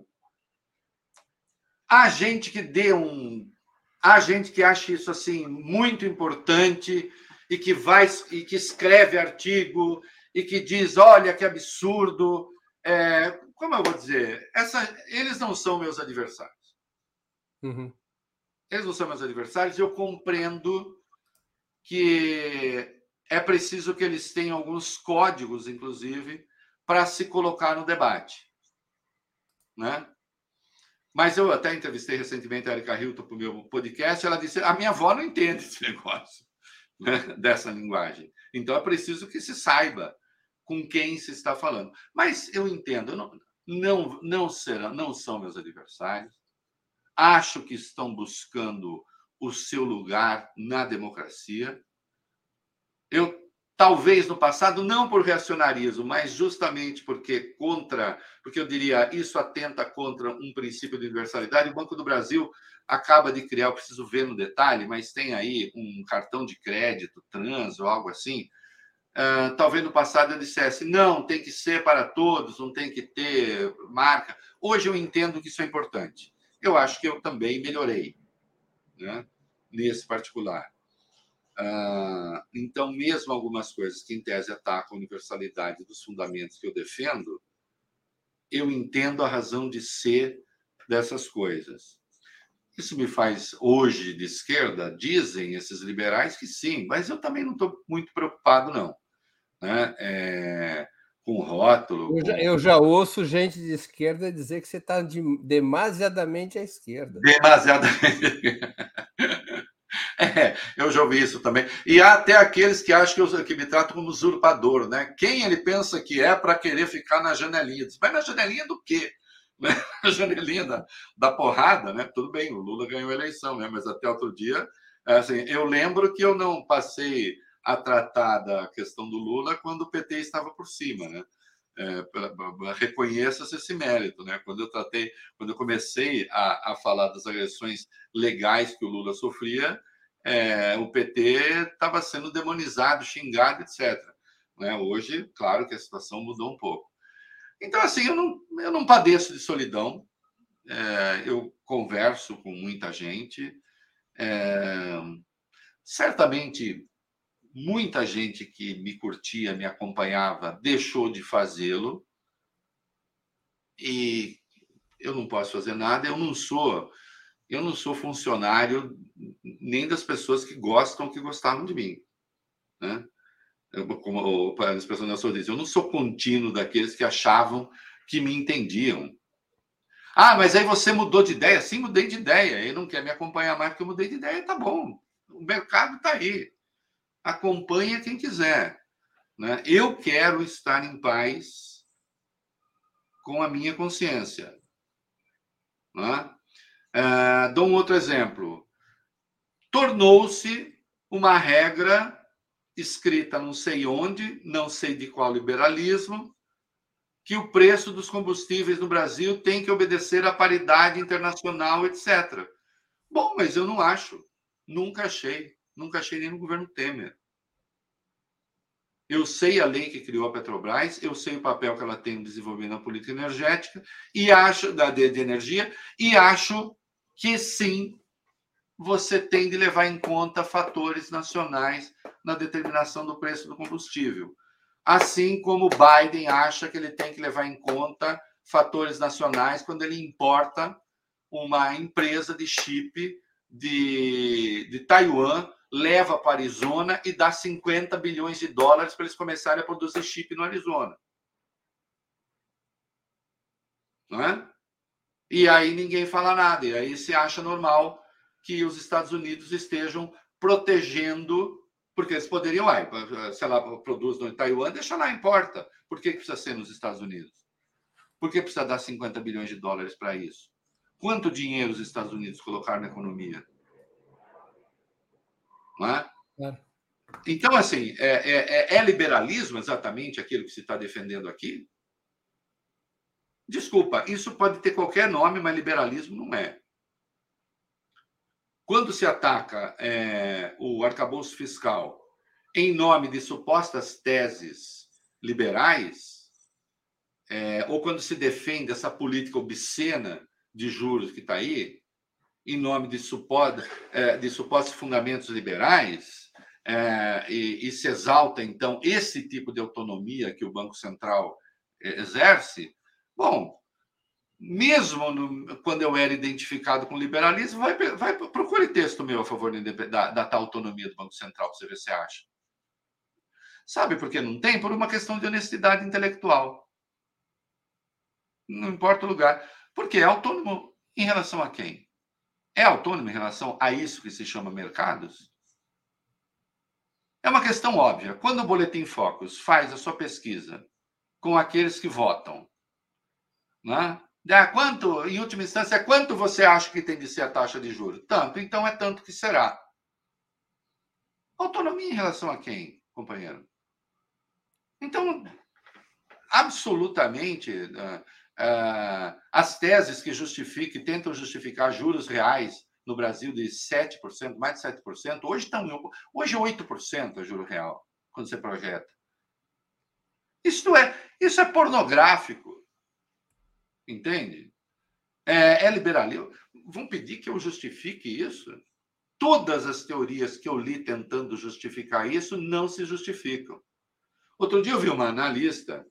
há gente que dê um... Há gente que acha isso assim muito importante e que vai e que escreve artigo e que diz, olha, que absurdo. É, como eu vou dizer? Essa, eles não são meus adversários. Uhum. Eles não são meus adversários. Eu compreendo que é preciso que eles tenham alguns códigos, inclusive, para se colocar no debate, né? Mas eu até entrevistei recentemente a Erika Hilton para o meu podcast, ela disse, a minha avó não entende esse negócio, né, dessa linguagem. Então, é preciso que se saiba com quem se está falando. Mas eu entendo, não, não, não, serão, não são meus adversários, acho que estão buscando o seu lugar na democracia. Eu, talvez no passado, não por reacionarismo, mas justamente porque contra, porque eu diria, isso atenta contra um princípio de universalidade. O Banco do Brasil acaba de criar, eu preciso ver no detalhe, mas tem aí um cartão de crédito trans ou algo assim. Uh, talvez no passado eu dissesse, não, tem que ser para todos, não tem que ter marca. Hoje eu entendo que isso é importante. Eu acho que eu também melhorei, né, nesse particular. Uh, então, mesmo algumas coisas que, em tese, atacam a universalidade dos fundamentos que eu defendo, eu entendo a razão de ser dessas coisas. Isso me faz, hoje, de esquerda, dizem esses liberais que sim, mas eu também não estou muito preocupado, não. Né? É, com rótulo... Eu já, com... eu já ouço gente de esquerda dizer que você está de, demasiadamente à esquerda. Demasiadamente... É, eu já ouvi isso também. E há até aqueles que acham que, eu, que me tratam como usurpador, né? Quem ele pensa que é para querer ficar na janelinha? Diz, mas na janelinha do quê? Na janelinha da, da porrada, né? Tudo bem, o Lula ganhou a eleição, né? Mas até outro dia, assim, eu lembro que eu não passei a tratar da questão do Lula quando o P T estava por cima, né? É, reconheça-se esse mérito, né? Quando eu tratei, quando eu comecei a, a falar das agressões legais que o Lula sofria, é, o P T estava sendo demonizado, xingado, etcétera. Né? Hoje, claro que a situação mudou um pouco. Então, assim, eu não, eu não padeço de solidão. É, eu converso com muita gente. É, certamente, muita gente que me curtia, me acompanhava, deixou de fazê-lo. E eu não posso fazer nada. Eu não sou, eu não sou funcionário nem das pessoas que gostam, que gostavam de mim, né? Eu, como as pessoas da sua diz, eu não sou contínuo daqueles que achavam que me entendiam. Ah, mas aí você mudou de ideia? Sim, mudei de ideia. Ele não quer me acompanhar mais porque eu mudei de ideia, tá bom. O mercado está aí. Acompanha quem quiser, né? Eu quero estar em paz com a minha consciência, né? Uh, dou um outro exemplo. Tornou-se uma regra escrita não sei onde, não sei de qual liberalismo, que o preço dos combustíveis no Brasil tem que obedecer à paridade internacional, etcétera. Bom, mas eu não acho. Nunca achei. Nunca achei nem no governo Temer. Eu sei a lei que criou a Petrobras, eu sei o papel que ela tem no desenvolvimento da política energética e acho da de, de energia e acho que sim, você tem de levar em conta fatores nacionais na determinação do preço do combustível. Assim como o Biden acha que ele tem que levar em conta fatores nacionais quando ele importa uma empresa de chip de, de Taiwan, leva para o Arizona e dá cinquenta bilhões de dólares para eles começarem a produzir chip no Arizona. Não é? E aí ninguém fala nada. E aí se acha normal que os Estados Unidos estejam protegendo, porque eles poderiam, ah, se ela produz no Taiwan, deixa lá, importa. Por que precisa ser nos Estados Unidos? Por que precisa dar cinquenta bilhões de dólares para isso? Quanto dinheiro os Estados Unidos colocaram na economia? Não é? Claro. Então, assim, é, é, é liberalismo exatamente aquilo que se está defendendo aqui? Desculpa, isso pode ter qualquer nome, mas liberalismo não é. Quando se ataca é, o arcabouço fiscal em nome de supostas teses liberais, é, ou quando se defende essa política obscena de juros que está aí, em nome de, suposta, é, de supostos fundamentos liberais, é, e, e se exalta, então, esse tipo de autonomia que o Banco Central exerce, bom, mesmo no, quando eu era identificado com liberalismo, vai, vai, procure texto meu a favor da, da tal autonomia do Banco Central, para você ver se você acha. Sabe por que não tem? Por uma questão de honestidade intelectual. Não importa o lugar. Porque é autônomo em relação a quem? É autônomo em relação a isso que se chama mercados? É uma questão óbvia. Quando o Boletim Focus faz a sua pesquisa com aqueles que votam, né? Ah, quanto, em última instância, quanto você acha que tem de ser a taxa de juros? Tanto, então é tanto que será. Autonomia em relação a quem, companheiro? Então, absolutamente, uh, uh, as teses que justificam, que tentam justificar juros reais no Brasil de sete por cento, mais de sete por cento, hoje estão hoje oito por cento é juro real, quando você projeta. Isso é, isso é pornográfico. Entende? É, é liberalismo. Vão pedir que eu justifique isso? Todas as teorias que eu li tentando justificar isso não se justificam. Outro dia eu vi uma analista,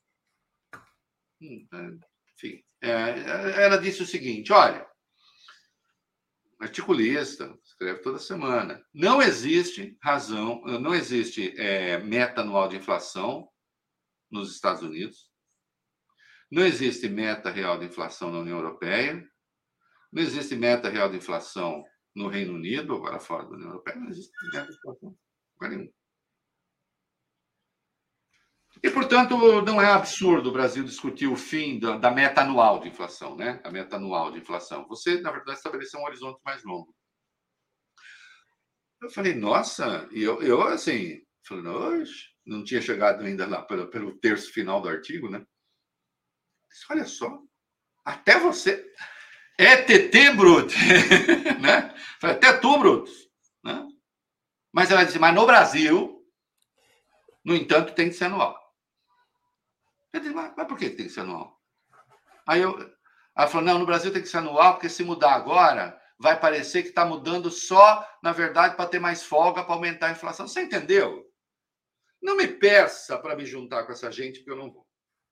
enfim, é, ela disse o seguinte: olha, articulista, escreve toda semana, não existe razão, não existe é, meta anual de inflação nos Estados Unidos, não existe meta real de inflação na União Europeia, não existe meta real de inflação no Reino Unido, agora fora da União Europeia, não existe meta de inflação. Nenhum. E, portanto, não é absurdo o Brasil discutir o fim da, da meta anual de inflação, né? A meta anual de inflação. Você, na verdade, estabeleceu um horizonte mais longo. Eu falei, nossa, e eu, eu assim, falei, não, não tinha chegado ainda lá pelo, pelo terço final do artigo, né? Disse, olha só, até você. É T T, Bruto, né? Falei, até tu, Bruto, né? Mas ela disse, mas no Brasil, no entanto, tem que ser anual. Eu disse, mas, mas por que tem que ser anual? Aí eu, ela falou, não, no Brasil tem que ser anual, porque se mudar agora, vai parecer que está mudando só, na verdade, para ter mais folga, para aumentar a inflação. Você entendeu? Não me peça para me juntar com essa gente, porque eu não vou.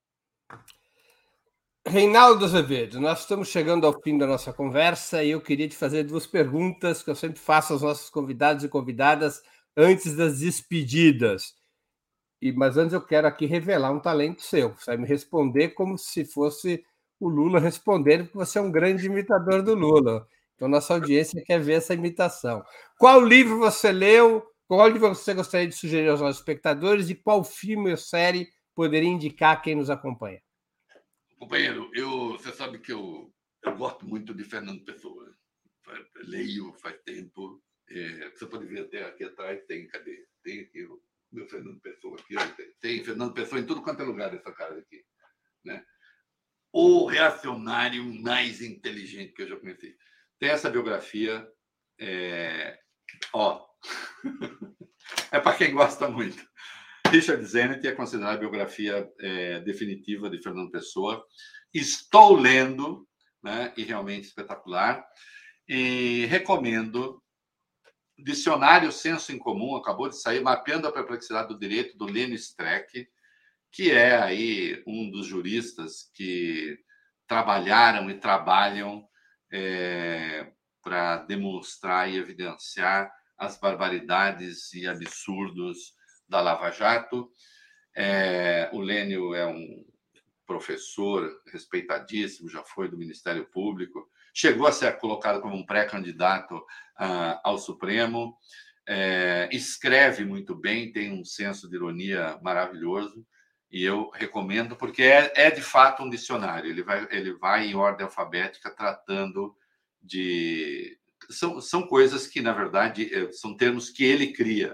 Reinaldo Azevedo, nós estamos chegando ao fim da nossa conversa e eu queria te fazer duas perguntas que eu sempre faço aos nossos convidados e convidadas antes das despedidas. E, mas antes eu quero aqui revelar um talento seu. Você vai me responder como se fosse o Lula respondendo, porque você é um grande imitador do Lula. Então, nossa audiência quer ver essa imitação. Qual livro você leu? Qual livro você gostaria de sugerir aos nossos espectadores? E qual filme ou série poderia indicar quem nos acompanha? Companheiro, eu, você sabe que eu, eu gosto muito de Fernando Pessoa. Leio faz tempo. É, você pode ver até aqui atrás, tem, cadê? Tem aqui o meu Fernando Pessoa aqui. Tem, tem Fernando Pessoa em tudo quanto é lugar dessa casa aqui. Né? O reacionário mais inteligente que eu já conheci. Tem essa biografia. É, ó, é para quem gosta muito. Richard Zenit é considerada a biografia é, definitiva de Fernando Pessoa. Estou lendo, né, e realmente espetacular. E recomendo Dicionário Senso em Comum, acabou de sair, Mapeando a Perplexidade do Direito, do Lênio Streck, que é aí um dos juristas que trabalharam e trabalham é, para demonstrar e evidenciar as barbaridades e absurdos da Lava Jato. É, o Lênio é um professor respeitadíssimo, já foi do Ministério Público, chegou a ser colocado como um pré-candidato uh, ao Supremo, é, escreve muito bem, tem um senso de ironia maravilhoso, e eu recomendo, porque é, é de fato um dicionário, ele vai, ele vai em ordem alfabética tratando de... São, são coisas que, na verdade, são termos que ele cria,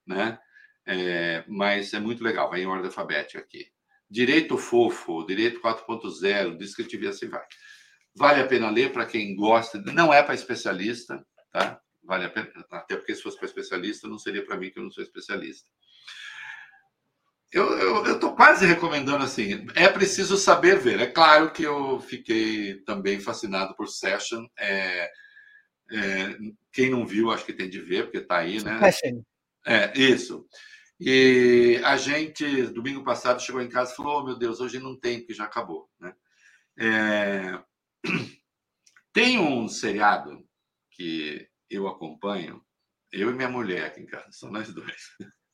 né? É, mas é muito legal, vai em ordem alfabética aqui. Direito Fofo, Direito quatro ponto zero, Descritivo e assim vai. Vale a pena ler para quem gosta, não é para especialista, tá? Vale a pena, até porque se fosse para especialista, não seria para mim, que eu não sou especialista. Eu estou quase recomendando assim, é preciso saber ver. É claro que eu fiquei também fascinado por Session. É, é, quem não viu, acho que tem de ver, porque está aí, né? Session. É, isso. E a gente, domingo passado, chegou em casa e falou: oh, meu Deus, hoje não tem, porque já acabou, né? É... Tem um seriado que eu acompanho, eu e minha mulher aqui em casa, são nós dois.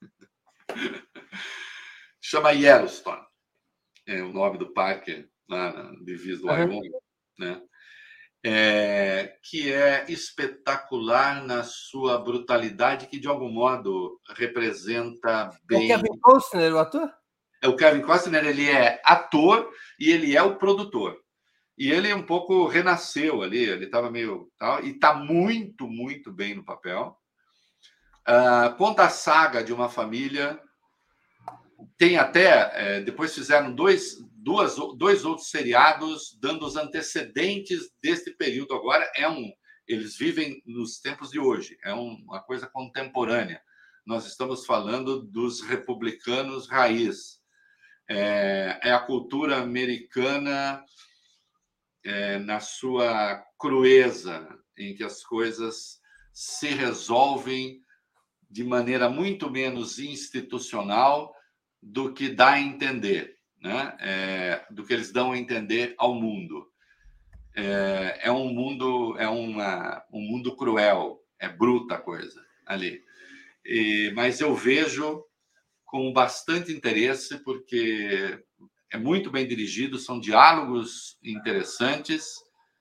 Chama Yellowstone. É o nome do parque lá na divisa do Wyoming, uhum. Né? É, que é espetacular na sua brutalidade, que de algum modo representa bem... É o Kevin Costner, o ator? É o Kevin Costner, ele é ator e ele é o produtor. E ele um pouco renasceu ali, ele estava meio... Tal, e está muito, muito bem no papel. Uh, conta a saga de uma família... Tem até... É, depois fizeram dois, duas, dois outros seriados dando os antecedentes deste período. Agora é um... Eles vivem nos tempos de hoje. É um, uma coisa contemporânea. Nós estamos falando dos republicanos raiz. É, é a cultura americana... É, na sua crueza, em que as coisas se resolvem de maneira muito menos institucional do que dá a entender, né? É, do que eles dão a entender ao mundo. É, é um mundo, é uma, um mundo cruel, é bruta a coisa ali. E, mas eu vejo com bastante interesse, porque é muito bem dirigido, são diálogos interessantes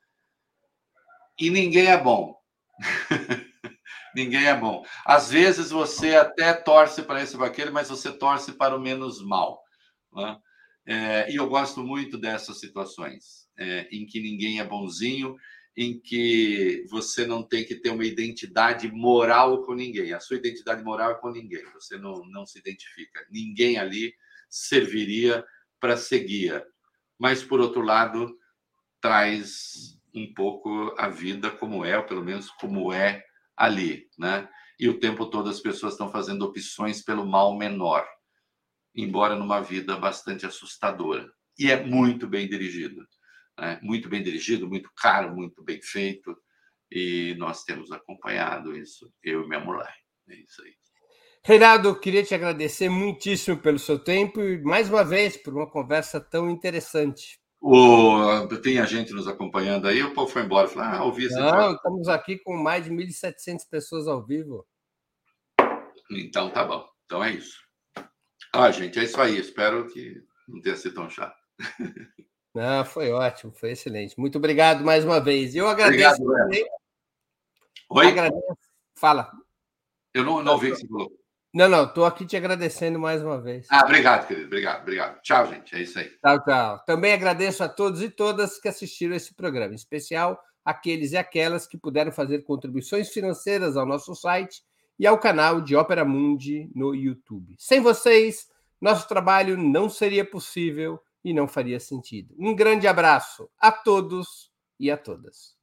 e ninguém é bom. Ninguém é bom. Às vezes você até torce para esse ou para aquele, mas você torce para o menos mal, né? É, e eu gosto muito dessas situações, é, em que ninguém é bonzinho, em que você não tem que ter uma identidade moral com ninguém. A sua identidade moral é com ninguém. Você não, não se identifica. Ninguém ali serviria para ser guia. Mas, por outro lado, traz um pouco a vida como é, ou pelo menos como é ali, né? E o tempo todo as pessoas estão fazendo opções pelo mal menor, embora numa vida bastante assustadora. E é muito bem dirigido, né? Muito bem dirigido, muito caro, muito bem feito. E nós temos acompanhado isso, eu e minha mulher. É isso aí. Reinaldo, queria te agradecer muitíssimo pelo seu tempo e, mais uma vez, por uma conversa tão interessante. O... Tem a gente nos acompanhando aí, o povo foi embora. Falou, ah, ouvi esse Não, estamos aqui com mais de mil e setecentas pessoas ao vivo. Então, tá bom. Então é isso. Ah, gente, é isso aí. Espero que não tenha sido tão chato. Não, foi ótimo, foi excelente. Muito obrigado mais uma vez. Eu agradeço. Obrigado, também. Oi? Agradeço. Fala. Eu não, não ouvi o que você falou. Não, não, estou aqui te agradecendo mais uma vez. Ah, obrigado, querido. Obrigado, obrigado. Tchau, gente. É isso aí. Tchau, tchau. Também agradeço a todos e todas que assistiram esse programa, em especial aqueles e aquelas que puderam fazer contribuições financeiras ao nosso site e ao canal de Ópera Mundi no YouTube. Sem vocês, nosso trabalho não seria possível e não faria sentido. Um grande abraço a todos e a todas.